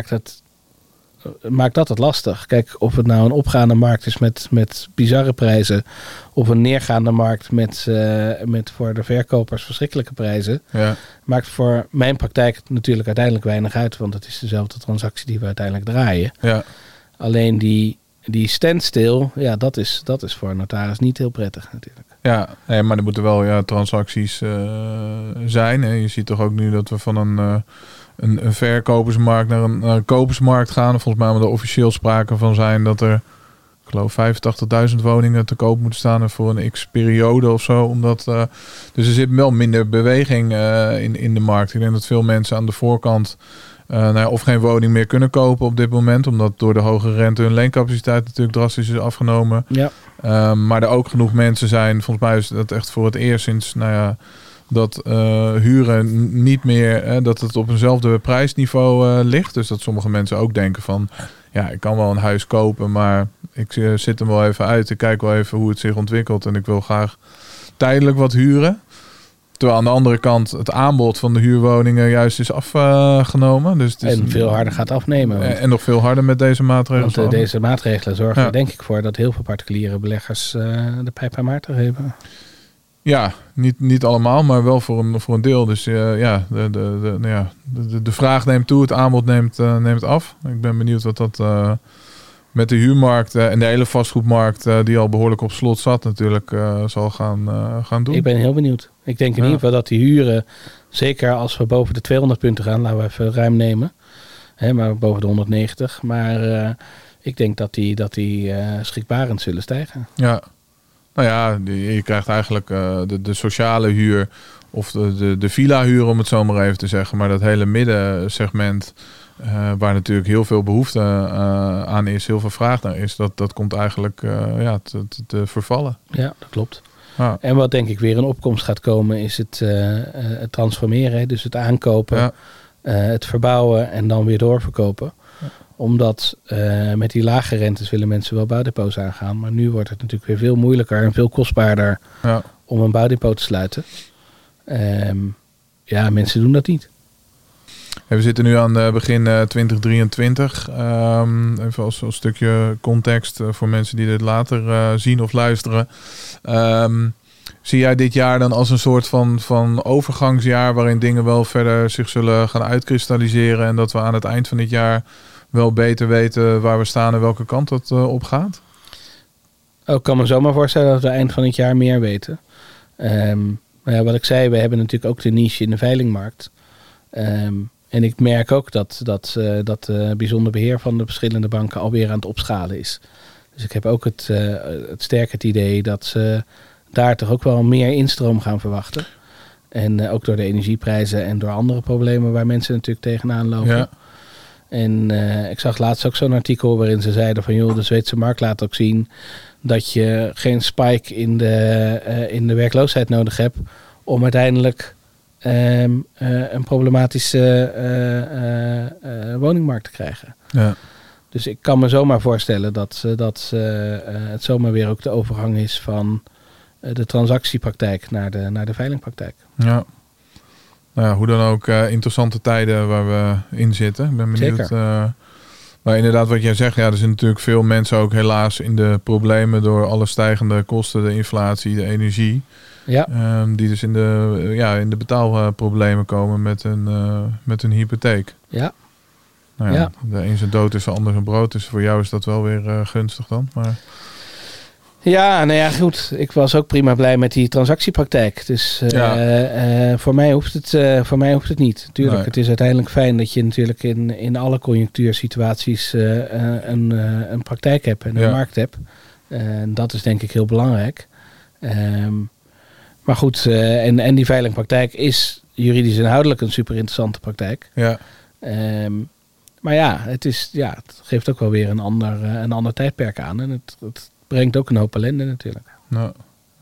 Speaker 2: maakt dat het lastig. Kijk, of het nou een opgaande markt is met bizarre prijzen, of een neergaande markt met voor de verkopers verschrikkelijke prijzen, maakt voor mijn praktijk natuurlijk uiteindelijk weinig uit, want het is dezelfde transactie die we uiteindelijk draaien. Ja. Alleen die standstill, dat is voor een notaris niet heel prettig natuurlijk. Ja,
Speaker 1: nee, maar er moeten wel transacties zijn. Hè. Je ziet toch ook nu dat we van een verkopersmarkt naar een kopersmarkt gaan. Volgens mij moet er officieel sprake van zijn dat er, ik geloof, 85.000 woningen te koop moeten staan en voor een x-periode of zo. Dus er zit wel minder beweging in de markt. Ik denk dat veel mensen aan de voorkant of geen woning meer kunnen kopen op dit moment, omdat door de hoge rente hun leencapaciteit natuurlijk drastisch is afgenomen. Ja. Maar er ook genoeg mensen zijn, volgens mij is dat echt voor het eerst sinds, dat huren niet meer, dat het op eenzelfde prijsniveau ligt. Dus dat sommige mensen ook denken van, ik kan wel een huis kopen, maar ik zit hem wel even uit. Ik kijk wel even hoe het zich ontwikkelt en ik wil graag tijdelijk wat huren. Terwijl aan de andere kant het aanbod van de huurwoningen juist is afgenomen. Dus
Speaker 2: en veel harder gaat afnemen.
Speaker 1: En nog veel harder met deze maatregelen.
Speaker 2: Want deze maatregelen zorgen er denk ik voor dat heel veel particuliere beleggers de pijp aan Maarten geven.
Speaker 1: Ja, niet allemaal, maar wel voor een deel. Dus de vraag neemt toe, het aanbod neemt af. Ik ben benieuwd wat dat met de huurmarkt en de hele vastgoedmarkt, die al behoorlijk op slot zat natuurlijk, zal gaan doen.
Speaker 2: Ik ben heel benieuwd. Ik denk in ieder geval dat die huren, zeker als we boven de 200 punten gaan, laten we even ruim nemen. Maar boven de 190. Maar ik denk dat die schrikbarend zullen stijgen. Ja.
Speaker 1: Nou ja, je krijgt eigenlijk de sociale huur of de villa huur, om het zo maar even te zeggen. Maar dat hele middensegment, waar natuurlijk heel veel behoefte aan is, heel veel vraag naar is, dat komt eigenlijk te vervallen.
Speaker 2: Ja, dat klopt.
Speaker 1: Ja.
Speaker 2: En wat denk ik weer in opkomst gaat komen is het transformeren. Hè? Dus het aankopen, het verbouwen en dan weer doorverkopen. Ja. Omdat met die lage rentes willen mensen wel bouwdepots aangaan. Maar nu wordt het natuurlijk weer veel moeilijker en veel kostbaarder om een bouwdepot te sluiten. Mensen doen dat niet.
Speaker 1: We zitten nu aan begin 2023. Even als stukje context voor mensen die dit later zien of luisteren. Zie jij dit jaar dan als een soort van overgangsjaar waarin dingen wel verder zich zullen gaan uitkristalliseren en dat we aan het eind van dit jaar wel beter weten waar we staan en welke kant dat op gaat?
Speaker 2: Ik kan me zomaar voorstellen dat we eind van het jaar meer weten. Wat ik zei, we hebben natuurlijk ook de niche in de veilingmarkt. En ik merk ook dat bijzonder beheer van de verschillende banken alweer aan het opschalen is. Dus ik heb ook het sterk het idee dat ze daar toch ook wel meer instroom gaan verwachten. En ook door de energieprijzen en door andere problemen waar mensen natuurlijk tegenaan lopen. Ja. En ik zag laatst ook zo'n artikel waarin ze zeiden van de Zweedse markt laat ook zien dat je geen spike in de werkloosheid nodig hebt om uiteindelijk een problematische woningmarkt te krijgen. Ja. Dus ik kan me zomaar voorstellen dat het zomaar weer ook de overgang is van de transactiepraktijk naar de veilingpraktijk. Ja.
Speaker 1: Nou ja, hoe dan ook interessante tijden waar we in zitten. Ik ben benieuwd. Zeker. Maar inderdaad wat jij zegt, er zijn natuurlijk veel mensen ook helaas in de problemen door alle stijgende kosten, de inflatie, de energie. Ja. Die dus in de betaalproblemen komen met hun hypotheek. Ja. Nou ja, de een zijn dood is, de ander zijn brood. Dus voor jou is dat wel weer gunstig dan. Maar...
Speaker 2: Ja, goed. Ik was ook prima blij met die transactiepraktijk. Dus voor mij hoeft het niet. Tuurlijk, nee. Het is uiteindelijk fijn dat je natuurlijk in alle conjunctuursituaties een praktijk hebt en een markt hebt. En dat is denk ik heel belangrijk. Maar goed, en die veilingpraktijk is juridisch inhoudelijk een super interessante praktijk. Ja. Maar het geeft ook wel weer een ander tijdperk aan. En het brengt ook een hoop ellende natuurlijk. Ja.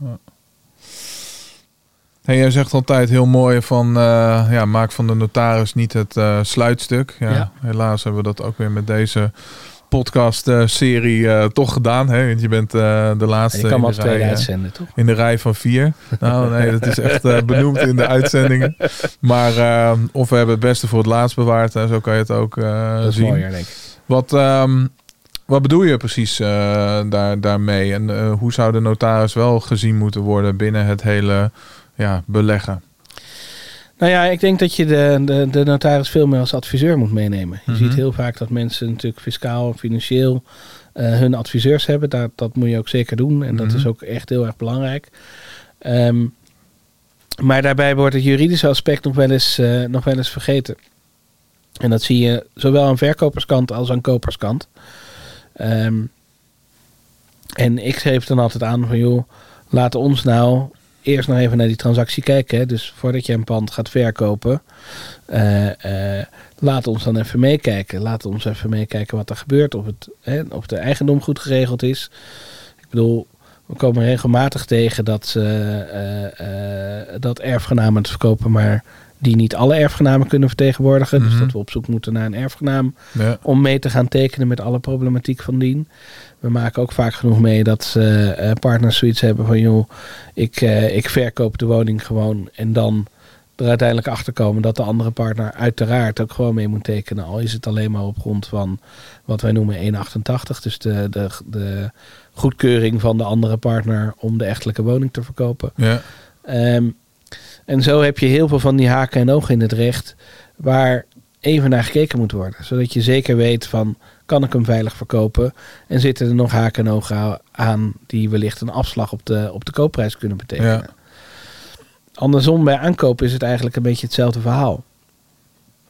Speaker 1: Hey, jij zegt altijd heel mooi van maak van de notaris niet het sluitstuk. Ja. Helaas hebben we dat ook weer met deze podcast-serie toch gedaan. Hè? Want je bent de laatste
Speaker 2: je kan in de rij, uitzenden, toch?
Speaker 1: In de rij van 4. Nou nee, dat is echt benoemd in de uitzendingen. Maar of we hebben het beste voor het laatst bewaard. Zo kan je het ook
Speaker 2: dat is
Speaker 1: zien.
Speaker 2: Mooier, denk ik.
Speaker 1: Wat bedoel je precies daarmee? En hoe zou de notaris wel gezien moeten worden binnen het hele beleggen?
Speaker 2: Nou ja, ik denk dat je de notaris veel meer als adviseur moet meenemen. Je ziet heel vaak dat mensen natuurlijk fiscaal en financieel hun adviseurs hebben. Dat moet je ook zeker doen. En dat is ook echt heel erg belangrijk. Maar daarbij wordt het juridische aspect nog wel eens vergeten. En dat zie je zowel aan verkoperskant als aan koperskant. En ik geef dan altijd aan van laat ons nou eerst nog even naar die transactie kijken. Hè. Dus voordat je een pand gaat verkopen, laat ons dan even meekijken. Laat ons even meekijken wat er gebeurt. Of de eigendom goed geregeld is. Ik bedoel, we komen regelmatig tegen dat erfgenamen het verkopen, maar die niet alle erfgenamen kunnen vertegenwoordigen. Dus dat we op zoek moeten naar een erfgenaam om mee te gaan tekenen met alle problematiek van dien. We maken ook vaak genoeg mee dat partners zoiets hebben van ik verkoop de woning gewoon en dan er uiteindelijk achter komen dat de andere partner uiteraard ook gewoon mee moet tekenen. Al is het alleen maar op grond van wat wij noemen 1,88. Dus de goedkeuring van de andere partner om de echtelijke woning te verkopen. Ja. En zo heb je heel veel van die haken en ogen in het recht waar even naar gekeken moet worden. Zodat je zeker weet van, kan ik hem veilig verkopen? En zitten er nog haken en ogen aan die wellicht een afslag op de koopprijs kunnen betekenen? Ja. Andersom, bij aankoop is het eigenlijk een beetje hetzelfde verhaal.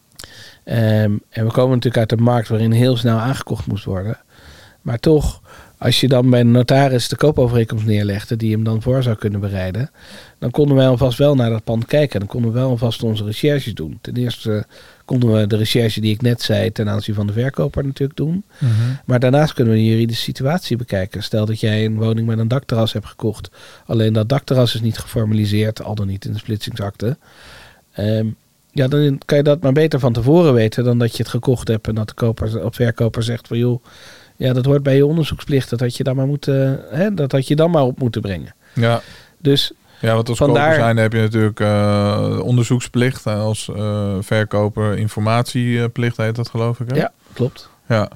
Speaker 2: En we komen natuurlijk uit een markt waarin heel snel aangekocht moest worden. Maar toch Als je dan bij een notaris de koopovereenkomst neerlegde, die hem dan voor zou kunnen bereiden, dan konden wij alvast wel naar dat pand kijken. Dan konden we wel alvast onze recherches doen. Ten eerste konden we de recherche die ik net zei ten aanzien van de verkoper natuurlijk doen.
Speaker 1: Mm-hmm.
Speaker 2: Maar daarnaast kunnen we de juridische situatie bekijken. Stel dat jij een woning met een dakterras hebt gekocht. Alleen dat dakterras is niet geformaliseerd, al dan niet in de splitsingsakte. Dan kan je dat maar beter van tevoren weten dan dat je het gekocht hebt en dat de verkoper zegt van joh, ja, dat hoort bij je onderzoeksplicht. Dat had je dan maar dat had je dan maar op moeten brengen.
Speaker 1: Ja.
Speaker 2: Dus
Speaker 1: ja, want als koper zijn heb je natuurlijk onderzoeksplicht. Als verkoper informatieplicht heet dat, geloof ik. Hè?
Speaker 2: Ja, klopt.
Speaker 1: Ja.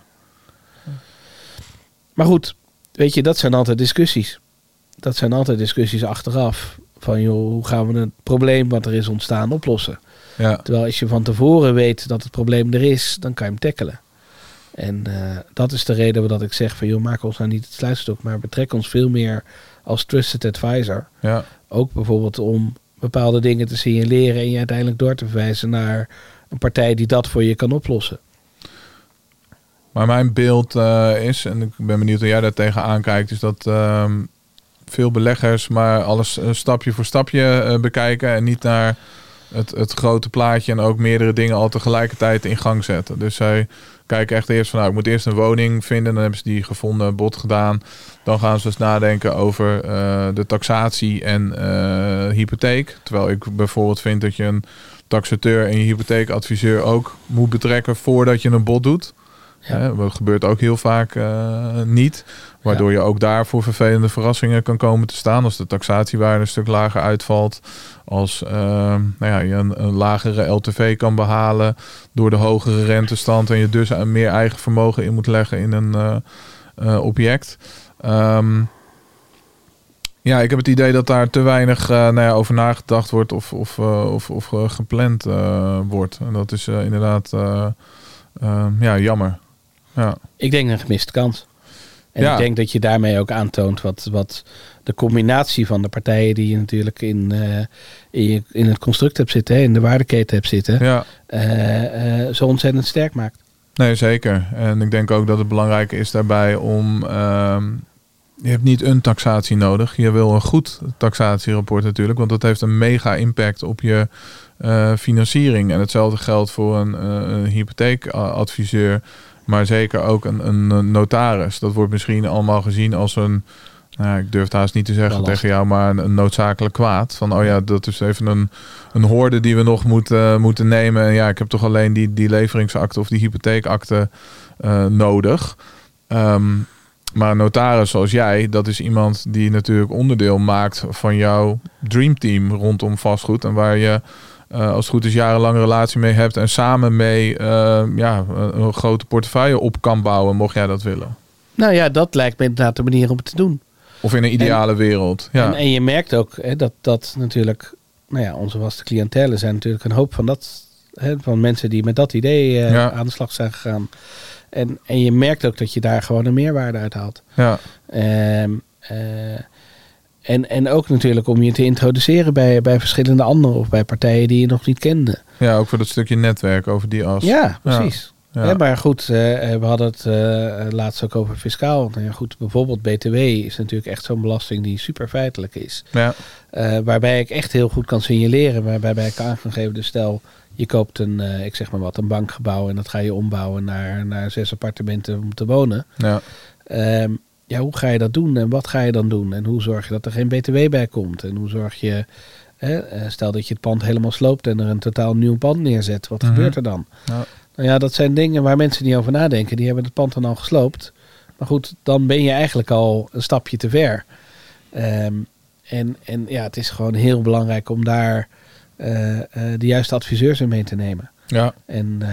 Speaker 2: Maar goed, weet je, dat zijn altijd discussies. Dat zijn altijd discussies achteraf. Van joh, hoe gaan we het probleem wat er is ontstaan oplossen?
Speaker 1: Ja.
Speaker 2: Terwijl als je van tevoren weet dat het probleem er is, dan kan je hem tackelen. En dat is de reden dat ik zeg van joh, maak ons nou niet het sluitstok, maar betrek ons veel meer als trusted advisor.
Speaker 1: Ja.
Speaker 2: Ook bijvoorbeeld om bepaalde dingen te signaleren en je uiteindelijk door te verwijzen naar een partij die dat voor je kan oplossen.
Speaker 1: Maar mijn beeld is, en ik ben benieuwd hoe jij daar tegenaan kijkt, is dat veel beleggers maar alles stapje voor stapje bekijken en niet naar het grote plaatje en ook meerdere dingen al tegelijkertijd in gang zetten. Dus zij kijken echt eerst van, nou, ik moet eerst een woning vinden. Dan hebben ze die gevonden, bod gedaan. Dan gaan ze dus nadenken over de taxatie en hypotheek. Terwijl ik bijvoorbeeld vind dat je een taxateur en je hypotheekadviseur ook moet betrekken voordat je een bod doet.
Speaker 2: Ja.
Speaker 1: Dat gebeurt ook heel vaak niet. Waardoor je ook daar voor vervelende verrassingen kan komen te staan. Als de taxatiewaarde een stuk lager uitvalt. Als je een lagere LTV kan behalen door de hogere rentestand. En je dus meer eigen vermogen in moet leggen in een object. Ik heb het idee dat daar te weinig over nagedacht wordt of gepland wordt. En dat is inderdaad jammer. Ja.
Speaker 2: Ik denk een gemiste kans. En ik denk dat je daarmee ook aantoont wat de combinatie van de partijen die je natuurlijk in het construct hebt zitten, in de waardeketen hebt zitten, zo ontzettend sterk maakt.
Speaker 1: Nee, zeker. En ik denk ook dat het belangrijk is daarbij om je hebt niet een taxatie nodig. Je wil een goed taxatierapport natuurlijk, want dat heeft een mega impact op je financiering. En hetzelfde geldt voor een hypotheekadviseur, maar zeker ook een notaris. Dat wordt misschien allemaal gezien als een, ik durf het haast niet te zeggen tegen jou, maar een noodzakelijk kwaad. Van, dat is even een hoorde die we nog moeten nemen. En ik heb toch alleen die leveringsakte of die hypotheekakte nodig. Maar een notaris zoals jij, dat is iemand die natuurlijk onderdeel maakt van jouw dreamteam rondom vastgoed. En waar je als het goed is jarenlang een relatie mee hebt en samen mee een grote portefeuille op kan bouwen, mocht jij dat willen. Nou ja, dat lijkt me inderdaad de manier om het te doen. Of in een ideale wereld. Ja. En je merkt ook dat natuurlijk, onze vaste cliëntelen zijn natuurlijk een hoop van van mensen die met dat idee aan de slag zijn gegaan. En je merkt ook dat je daar gewoon een meerwaarde uit haalt. Ja. En ook natuurlijk om je te introduceren bij verschillende anderen of bij partijen die je nog niet kende. Ja, ook voor dat stukje netwerk over die as. Ja, precies. Ja, maar goed, we hadden het laatst ook over fiscaal. Nou ja, goed, bijvoorbeeld BTW is natuurlijk echt zo'n belasting die super feitelijk is. Ja. Waarbij ik echt heel goed kan signaleren, waarbij ik aan kan geven, dus stel je koopt een bankgebouw en dat ga je ombouwen naar 6 appartementen om te wonen. Ja. Hoe ga je dat doen en wat ga je dan doen? En hoe zorg je dat er geen BTW bij komt? En hoe zorg je, stel dat je het pand helemaal sloopt en er een totaal nieuw pand neerzet. Wat gebeurt er dan? Ja. Nou ja, dat zijn dingen waar mensen niet over nadenken. Die hebben het pand dan al gesloopt. Maar goed, dan ben je eigenlijk al een stapje te ver. Het is gewoon heel belangrijk om daar de juiste adviseurs in mee te nemen. Ja. En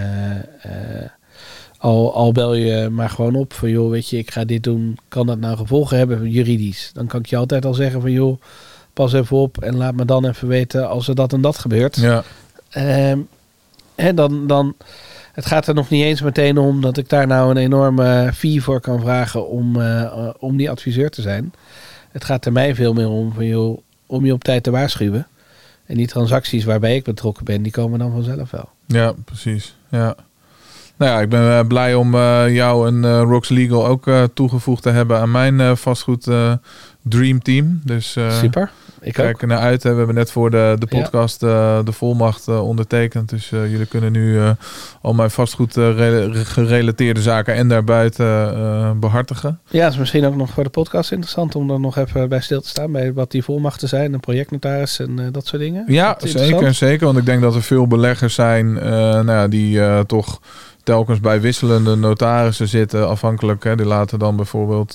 Speaker 1: al bel je maar gewoon op van joh, weet je, ik ga dit doen. Kan dat nou gevolgen hebben juridisch? Dan kan ik je altijd al zeggen van joh, pas even op en laat me dan even weten als er dat en dat gebeurt. Ja. En dan het gaat er nog niet eens meteen om dat ik daar nou een enorme fee voor kan vragen om die adviseur te zijn. Het gaat er mij veel meer om van joh, om je op tijd te waarschuwen. En die transacties waarbij ik betrokken ben, die komen dan vanzelf wel. Ja, precies. Ja. Nou ja, ik ben blij om jou en Rox Legal ook toegevoegd te hebben aan mijn vastgoed Dream Team. Dus
Speaker 2: super. Ik
Speaker 1: kijk er naar uit. Hè. We hebben net voor de podcast de volmacht ondertekend. Dus jullie kunnen nu al mijn vastgoed gerelateerde zaken en daarbuiten behartigen.
Speaker 2: Ja, het is misschien ook nog voor de podcast interessant om er nog even bij stil te staan. Bij wat die volmachten zijn, een projectnotaris en dat soort dingen.
Speaker 1: Ja, zeker. Want ik denk dat er veel beleggers zijn die toch telkens bij wisselende notarissen zitten. Afhankelijk, hè, die laten dan bijvoorbeeld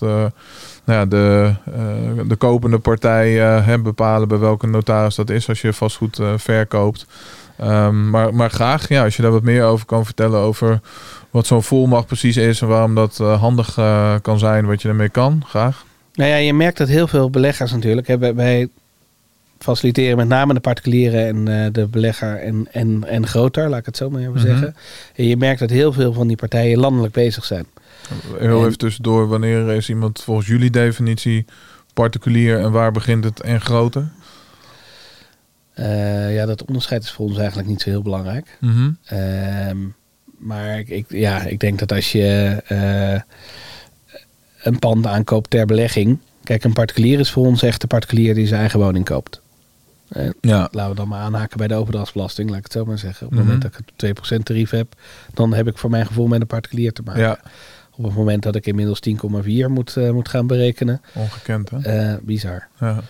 Speaker 1: de kopende partij bepalen bij welke notaris dat is als je vastgoed verkoopt. Maar graag, als je daar wat meer over kan vertellen over wat zo'n volmacht precies is en waarom dat handig kan zijn, wat je ermee kan, graag.
Speaker 2: Nou ja, je merkt dat heel veel beleggers natuurlijk, wij faciliteren met name de particulieren en de belegger en groter, laat ik het zo maar even zeggen. En je merkt dat heel veel van die partijen landelijk bezig zijn.
Speaker 1: Even tussendoor, wanneer is iemand volgens jullie definitie particulier en waar begint het en groter?
Speaker 2: Dat onderscheid is voor ons eigenlijk niet zo heel belangrijk. Maar ik denk dat als je een pand aankoopt ter belegging. Kijk, een particulier is voor ons echt de particulier die zijn eigen woning koopt. Laten we dan maar aanhaken bij de overdrachtsbelasting, laat ik het zo maar zeggen. Op het moment dat ik het 2% tarief heb, dan heb ik voor mijn gevoel met een particulier te maken. Ja. Op het moment dat ik inmiddels 10,4 moet gaan berekenen.
Speaker 1: Ongekend, hè?
Speaker 2: Bizar.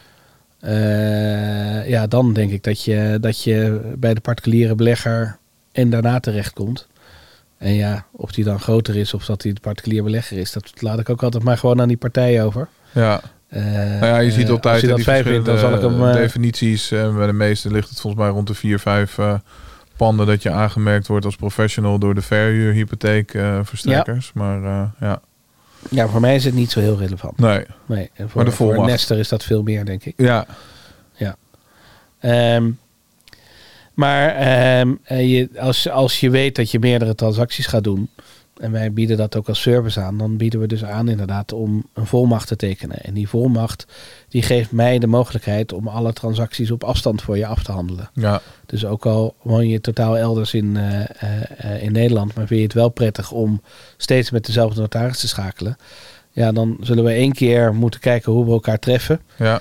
Speaker 2: Ja. Dan denk ik dat je bij de particuliere belegger en daarna terechtkomt. En ja, of die dan groter is of dat die de particulier belegger is, dat laat ik ook altijd maar gewoon aan die partij over.
Speaker 1: Ja. Je ziet altijd
Speaker 2: die
Speaker 1: verschillende
Speaker 2: dan zal ik hem,
Speaker 1: definities. Bij de meeste ligt het volgens mij rond de 4-5 panden dat je aangemerkt wordt als professional door de verhuurhypotheekverstrekkers. Maar
Speaker 2: Ja, voor mij is het niet zo heel relevant.
Speaker 1: Nee.
Speaker 2: En voor een nester is dat veel meer, denk ik.
Speaker 1: Ja.
Speaker 2: Als je weet dat je meerdere transacties gaat doen, en wij bieden dat ook als service aan, dan bieden we dus aan inderdaad om een volmacht te tekenen. En die volmacht die geeft mij de mogelijkheid om alle transacties op afstand voor je af te handelen. Ja. Dus ook al woon je totaal elders in Nederland, maar vind je het wel prettig om steeds met dezelfde notaris te schakelen. Ja, dan zullen we 1 keer moeten kijken hoe we elkaar treffen. Ja.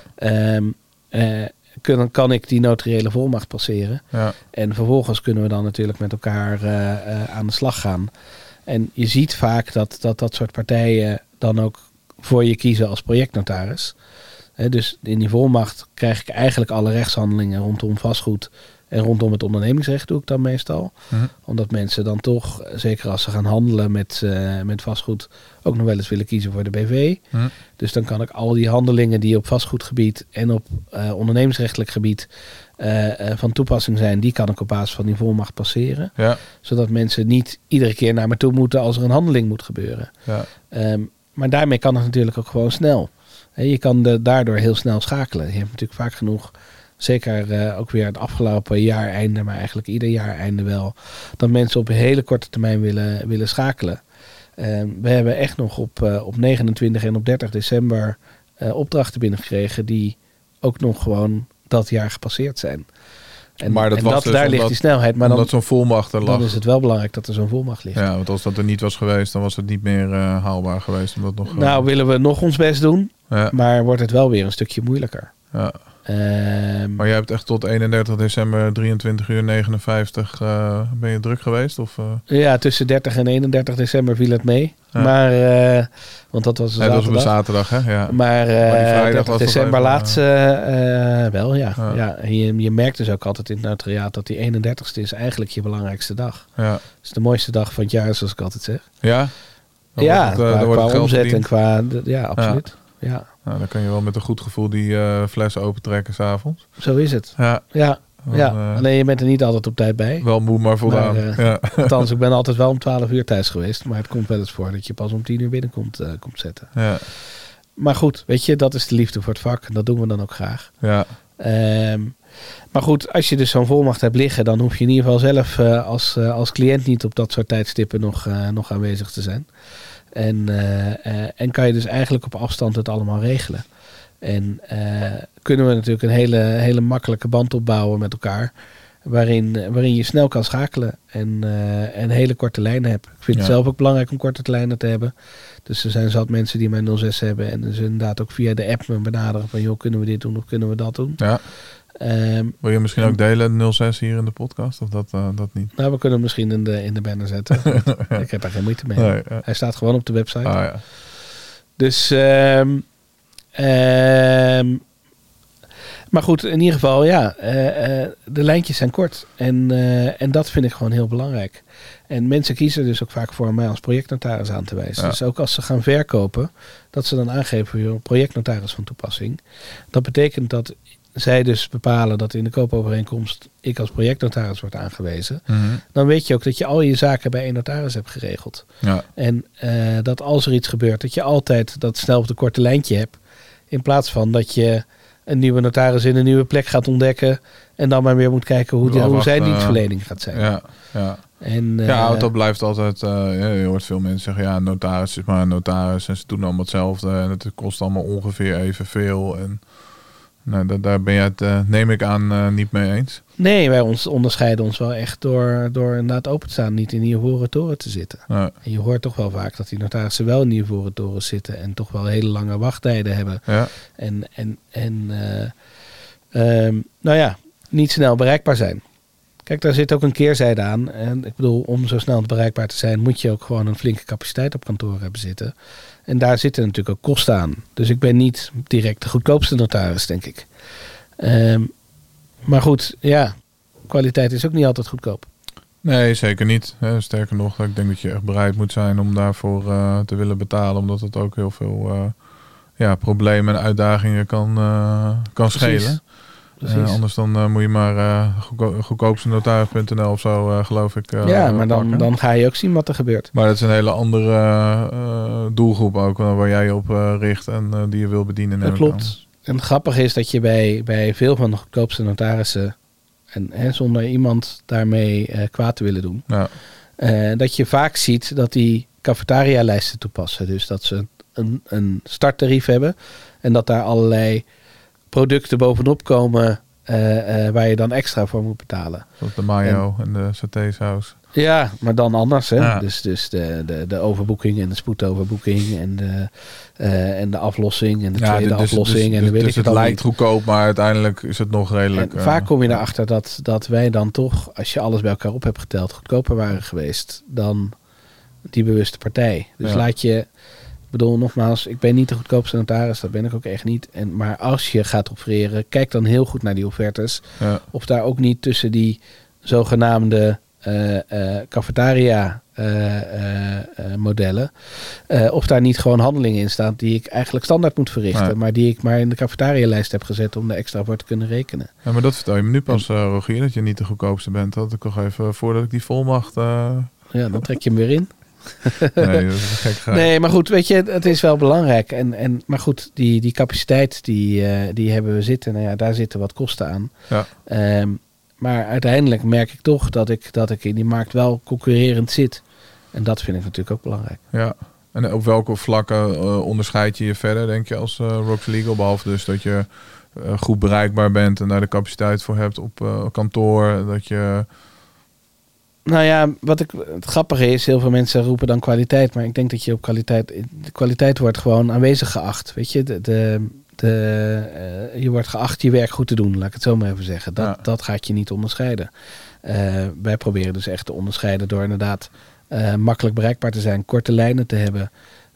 Speaker 2: Kan ik die notariële volmacht passeren. Ja. En vervolgens kunnen we dan natuurlijk met elkaar aan de slag gaan. En je ziet vaak dat soort partijen dan ook voor je kiezen als projectnotaris. Dus in die volmacht krijg ik eigenlijk alle rechtshandelingen rondom vastgoed en rondom het ondernemingsrecht doe ik dan meestal. Omdat mensen dan toch, zeker als ze gaan handelen met vastgoed, ook nog wel eens willen kiezen voor de BV. Dus dan kan ik al die handelingen die op vastgoedgebied en op ondernemingsrechtelijk gebied van toepassing zijn, die kan ik op basis van die volmacht passeren. Ja. Zodat mensen niet iedere keer naar me toe moeten als er een handeling moet gebeuren. Ja. Maar daarmee kan het natuurlijk ook gewoon snel. Je kan daardoor heel snel schakelen. Je hebt natuurlijk vaak genoeg, zeker ook weer het afgelopen jaareinde, maar eigenlijk ieder jaareinde wel, dat mensen op een hele korte termijn willen schakelen. We hebben echt nog op 29 en op 30 december opdrachten binnengekregen die ook nog gewoon dat jaar gepasseerd zijn.
Speaker 1: Maar daar
Speaker 2: ligt die snelheid. Maar
Speaker 1: omdat zo'n volmacht er lag.
Speaker 2: Dan is het wel belangrijk dat er zo'n volmacht ligt.
Speaker 1: Ja, want als dat er niet was geweest, dan was het niet meer haalbaar geweest. Omdat nog,
Speaker 2: willen we nog ons best doen, maar wordt het wel weer een stukje moeilijker.
Speaker 1: Ja. Maar jij hebt echt tot 31 december 23:59 ben je druk geweest? Of?
Speaker 2: Ja, tussen 30 en 31 december viel het mee. Ja. Maar, want dat was een zaterdag.
Speaker 1: Dat was een zaterdag, hè? Ja.
Speaker 2: Maar 30 december laatst wel, ja. Ja. Je merkt dus ook altijd in het notariaat dat die 31ste is eigenlijk je belangrijkste dag. Ja. Het is de mooiste dag van het jaar, zoals ik altijd zeg.
Speaker 1: Ja?
Speaker 2: Qua omzet en qua... Ja, absoluut. Ja.
Speaker 1: Nou, dan kan je wel met een goed gevoel die flessen opentrekken 's avonds.
Speaker 2: Zo is het. Ja. Alleen je bent er niet altijd op tijd bij.
Speaker 1: Wel moe, maar voldaan.
Speaker 2: Althans, ik ben altijd wel om 12 uur thuis geweest. Maar het komt wel eens voor dat je pas om 10 uur binnenkomt komt zetten. Ja. Maar goed, weet je, dat is de liefde voor het vak. En dat doen we dan ook graag. Ja. Maar goed, als je dus zo'n volmacht hebt liggen, dan hoef je in ieder geval zelf als cliënt niet op dat soort tijdstippen nog aanwezig te zijn. En kan je dus eigenlijk op afstand het allemaal regelen. En kunnen we natuurlijk een hele makkelijke band opbouwen met elkaar. waarin je snel kan schakelen en hele korte lijnen hebt. Ik vind het zelf ook belangrijk om korte lijnen te hebben. Dus er zijn zat mensen die mijn 06 hebben en dus inderdaad ook via de app me benaderen van joh, kunnen we dit doen of kunnen we dat doen?
Speaker 1: Ja. Wil je misschien ook delen 06 hier in de podcast of dat niet?
Speaker 2: Nou, we kunnen hem misschien in de banner zetten. Ik heb er geen moeite mee. Nee, hij staat gewoon op de website.
Speaker 1: Ah, ja.
Speaker 2: Dus maar goed, in ieder geval, de lijntjes zijn kort. En dat vind ik gewoon heel belangrijk. En mensen kiezen er dus ook vaak voor om mij als projectnotaris aan te wijzen. Ja. Dus ook als ze gaan verkopen, dat ze dan aangeven, joh, projectnotaris van toepassing. Dat betekent dat zij dus bepalen dat in de koopovereenkomst ik als projectnotaris word aangewezen. Mm-hmm. Dan weet je ook dat je al je zaken bij één notaris hebt geregeld. Ja. En dat als er iets gebeurt, dat je altijd dat snel op de korte lijntje hebt. In plaats van dat je een nieuwe notaris in een nieuwe plek gaat ontdekken en dan maar weer moet kijken hoe zijn dienstverlening gaat zijn.
Speaker 1: Ja, ja. En, dat blijft altijd, je hoort veel mensen zeggen, ja, notaris is maar een notaris en ze doen allemaal hetzelfde en het kost allemaal ongeveer evenveel. En nou, daar ben je het, neem ik aan, niet mee eens.
Speaker 2: Nee, wij onderscheiden ons wel echt door inderdaad open te staan, niet in die ivoren toren te zitten. Ja. En je hoort toch wel vaak dat die notarissen wel in die ivoren toren zitten en toch wel hele lange wachttijden hebben. Ja. En niet snel bereikbaar zijn. Kijk, daar zit ook een keerzijde aan. En ik bedoel, om zo snel bereikbaar te zijn, moet je ook gewoon een flinke capaciteit op kantoor hebben zitten. En daar zitten natuurlijk ook kosten aan. Dus ik ben niet direct de goedkoopste notaris, denk ik. Maar goed, ja, kwaliteit is ook niet altijd goedkoop.
Speaker 1: Nee, zeker niet. Sterker nog, ik denk dat je echt bereid moet zijn om daarvoor te willen betalen. Omdat het ook heel veel problemen en uitdagingen kan schelen. Anders dan moet je maar goedkoopste notaris.nl of zo, geloof ik.
Speaker 2: Maar dan ga je ook zien wat er gebeurt.
Speaker 1: Maar dat is een hele andere doelgroep ook, waar jij je op richt en die je wil bedienen.
Speaker 2: Dat klopt. En het grappige is dat je bij veel van de goedkoopste notarissen, en zonder iemand daarmee kwaad te willen doen, dat je vaak ziet dat die cafetaria-lijsten toepassen. Dus dat ze een starttarief hebben en dat daar allerlei producten bovenop komen waar je dan extra voor moet betalen.
Speaker 1: Zoals de mayo en de satésaus.
Speaker 2: Ja, maar dan anders. Hè? Ja. Dus de overboeking en de spoedoverboeking en de aflossing en de tweede aflossing.
Speaker 1: Dus het lijkt goedkoop, maar uiteindelijk is het nog redelijk.
Speaker 2: En vaak kom je erachter dat wij dan toch, als je alles bij elkaar op hebt geteld, goedkoper waren geweest dan die bewuste partij. Dus laat je. Ik bedoel, nogmaals, ik ben niet de goedkoopste notaris, dat ben ik ook echt niet. Maar als je gaat offereren, kijk dan heel goed naar die offertes. Ja. Of daar ook niet tussen die zogenaamde cafetaria modellen, of daar niet gewoon handelingen in staan die ik eigenlijk standaard moet verrichten, maar die ik maar in de cafetaria-lijst heb gezet om er extra voor te kunnen rekenen.
Speaker 1: Ja, maar dat vertel je me nu pas, Rogier, dat je niet de goedkoopste bent. Dat ik nog even, voordat ik die volmacht.
Speaker 2: Ja, dan trek je hem weer in.
Speaker 1: Nee, dat is gek.
Speaker 2: Nee, maar goed, weet je, het is wel belangrijk. Maar goed, die capaciteit die hebben we zitten. Nou ja, daar zitten wat kosten aan. Ja. Maar uiteindelijk merk ik toch dat ik in die markt wel concurrerend zit. En dat vind ik natuurlijk ook belangrijk.
Speaker 1: Ja. En op welke vlakken onderscheid je je verder, denk je, als Rox Legal? Behalve dus dat je goed bereikbaar bent en daar de capaciteit voor hebt op kantoor. Dat je.
Speaker 2: Nou ja, het grappige is, heel veel mensen roepen dan kwaliteit, maar ik denk dat je op de kwaliteit wordt gewoon aanwezig geacht. Weet je, je wordt geacht je werk goed te doen, laat ik het zo maar even zeggen. Dat gaat je niet onderscheiden. Wij proberen dus echt te onderscheiden door inderdaad makkelijk bereikbaar te zijn, korte lijnen te hebben.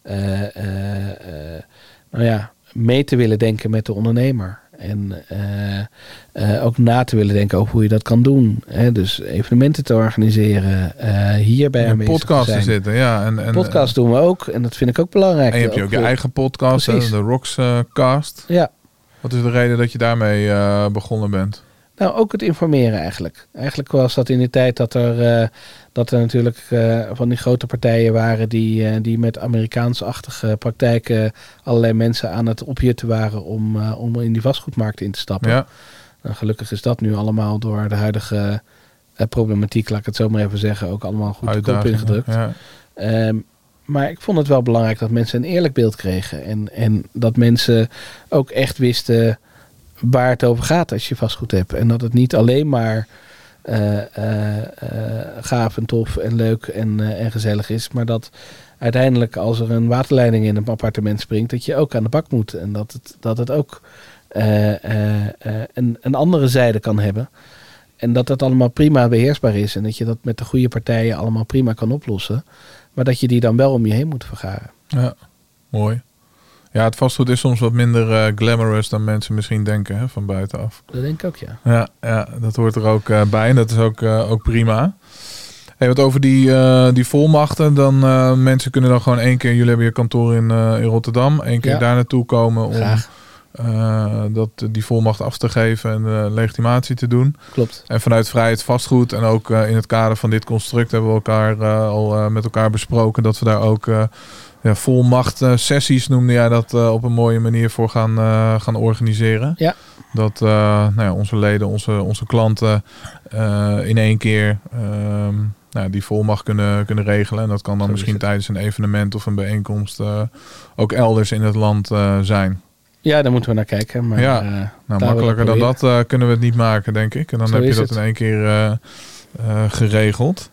Speaker 2: Mee te willen denken met de ondernemer. En ook na te willen denken over hoe je dat kan doen. Hè? Dus evenementen te organiseren. Hierbij
Speaker 1: een podcast te zitten. Ja, en
Speaker 2: podcast doen we ook. En dat vind ik ook belangrijk.
Speaker 1: En je hebt ook je eigen podcast, de Roxcast.
Speaker 2: Ja.
Speaker 1: Wat is de reden dat je daarmee begonnen bent?
Speaker 2: Nou, ook het informeren eigenlijk. Eigenlijk was dat in de tijd dat er natuurlijk van die grote partijen waren die met Amerikaans-achtige praktijken allerlei mensen aan het opjutten waren om in die vastgoedmarkt in te stappen. Ja. Nou, gelukkig is dat nu allemaal door de huidige problematiek, laat ik het zo maar even zeggen, ook allemaal goed de kop ingedrukt. Ja. Maar ik vond het wel belangrijk dat mensen een eerlijk beeld kregen. En dat mensen ook echt wisten waar het over gaat als je vastgoed hebt. En dat het niet alleen maar gaaf en tof en leuk en gezellig is. Maar dat uiteindelijk als er een waterleiding in een appartement springt, dat je ook aan de bak moet. En dat het ook een andere zijde kan hebben. En dat dat allemaal prima beheersbaar is. En dat je dat met de goede partijen allemaal prima kan oplossen. Maar dat je die dan wel om je heen moet vergaren.
Speaker 1: Ja, mooi. Ja, het vastgoed is soms wat minder glamorous dan mensen misschien denken, hè, van buitenaf.
Speaker 2: Dat denk ik ook, ja.
Speaker 1: Ja, dat hoort er ook bij en dat is ook prima. Hey, wat over die volmachten, dan mensen kunnen dan gewoon 1 keer, jullie hebben je kantoor in Rotterdam, 1 keer daar naartoe komen om die volmacht af te geven en legitimatie te doen.
Speaker 2: Klopt.
Speaker 1: En vanuit Vrijheid Vastgoed en ook in het kader van dit construct hebben we elkaar al met elkaar besproken dat we daar ook volmacht sessies, noemde jij dat, op een mooie manier voor gaan organiseren.
Speaker 2: Ja.
Speaker 1: Dat onze leden, onze klanten in 1 keer die volmacht kunnen regelen. En dat kan dan misschien tijdens een evenement of een bijeenkomst ook elders in het land zijn.
Speaker 2: Ja, daar moeten we naar kijken. Maar,
Speaker 1: makkelijker dan dat kunnen we het niet maken, denk ik. En dan heb je dat in 1 keer geregeld.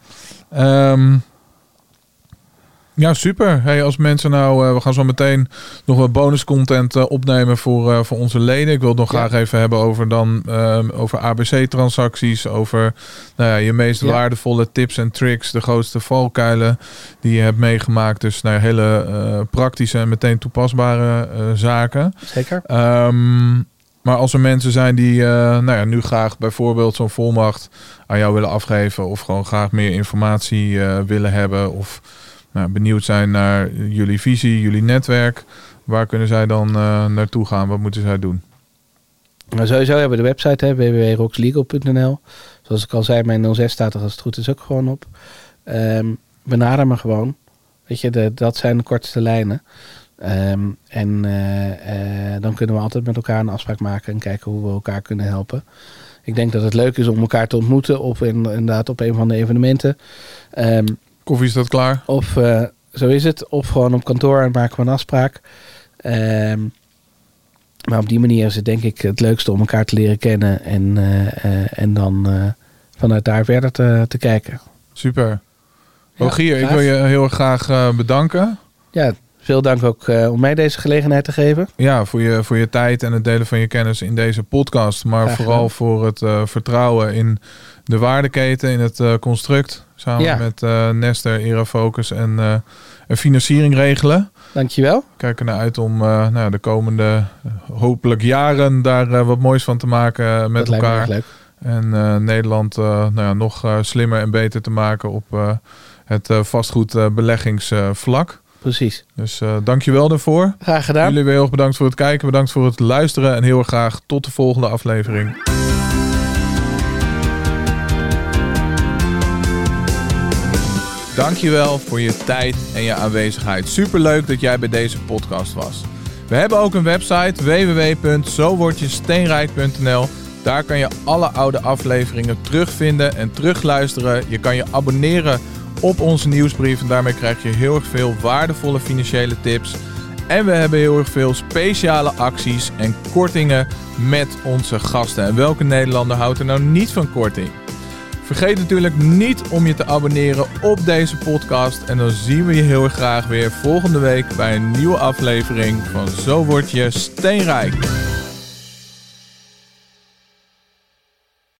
Speaker 1: Ja, super. Hey, als mensen we gaan zo meteen nog wat bonuscontent opnemen voor onze leden. Ik wil het nog graag even hebben over ABC-transacties, over je meest waardevolle tips en tricks, de grootste valkuilen die je hebt meegemaakt. Dus hele praktische en meteen toepasbare zaken.
Speaker 2: Zeker.
Speaker 1: Maar als er mensen zijn die nu graag bijvoorbeeld zo'n volmacht aan jou willen afgeven of gewoon graag meer informatie willen hebben of benieuwd zijn naar jullie visie, jullie netwerk. Waar kunnen zij dan naartoe gaan? Wat moeten zij doen?
Speaker 2: Nou, sowieso hebben we de website, www.roxlegal.nl. Zoals ik al zei, mijn 06 staat er als het goed is ook gewoon op. Benader me gewoon. Weet je, dat zijn de kortste lijnen. Dan kunnen we altijd met elkaar een afspraak maken en kijken hoe we elkaar kunnen helpen. Ik denk dat het leuk is om elkaar te ontmoeten of inderdaad op een van de evenementen.
Speaker 1: Koffie staat klaar.
Speaker 2: Of zo is het. Of gewoon op kantoor en maken we een afspraak. Maar op die manier is het denk ik het leukste om elkaar te leren kennen. En dan vanuit daar verder te kijken.
Speaker 1: Super. Rogier, ik wil je heel erg graag bedanken.
Speaker 2: Ja, veel dank ook om mij deze gelegenheid te geven.
Speaker 1: Ja, voor je tijd en het delen van je kennis in deze podcast. Maar vooral voor het vertrouwen in de waardeketen, in het construct. Samen met Nester, Erafocus en financiering regelen.
Speaker 2: Dankjewel.
Speaker 1: Kijk er naar uit om de komende hopelijk jaren daar wat moois van te maken met
Speaker 2: dat
Speaker 1: elkaar.
Speaker 2: Lijkt me erg
Speaker 1: leuk. En Nederland nog slimmer en beter te maken op het vastgoedbeleggingsvlak.
Speaker 2: Precies.
Speaker 1: Dus dankjewel daarvoor.
Speaker 2: Graag gedaan.
Speaker 1: Jullie weer heel erg bedankt voor het kijken. Bedankt voor het luisteren. En heel erg graag tot de volgende aflevering. Dankjewel voor je tijd en je aanwezigheid. Superleuk dat jij bij deze podcast was. We hebben ook een website www.zowordjesteenrijk.nl. Daar kan je alle oude afleveringen terugvinden en terugluisteren. Je kan je abonneren op onze nieuwsbrief en daarmee krijg je heel erg veel waardevolle financiële tips. En we hebben heel erg veel speciale acties en kortingen met onze gasten. En welke Nederlander houdt er nou niet van korting? Vergeet natuurlijk niet om je te abonneren op deze podcast. En dan zien we je heel erg graag weer volgende week bij een nieuwe aflevering van Zo Word Je Steenrijk.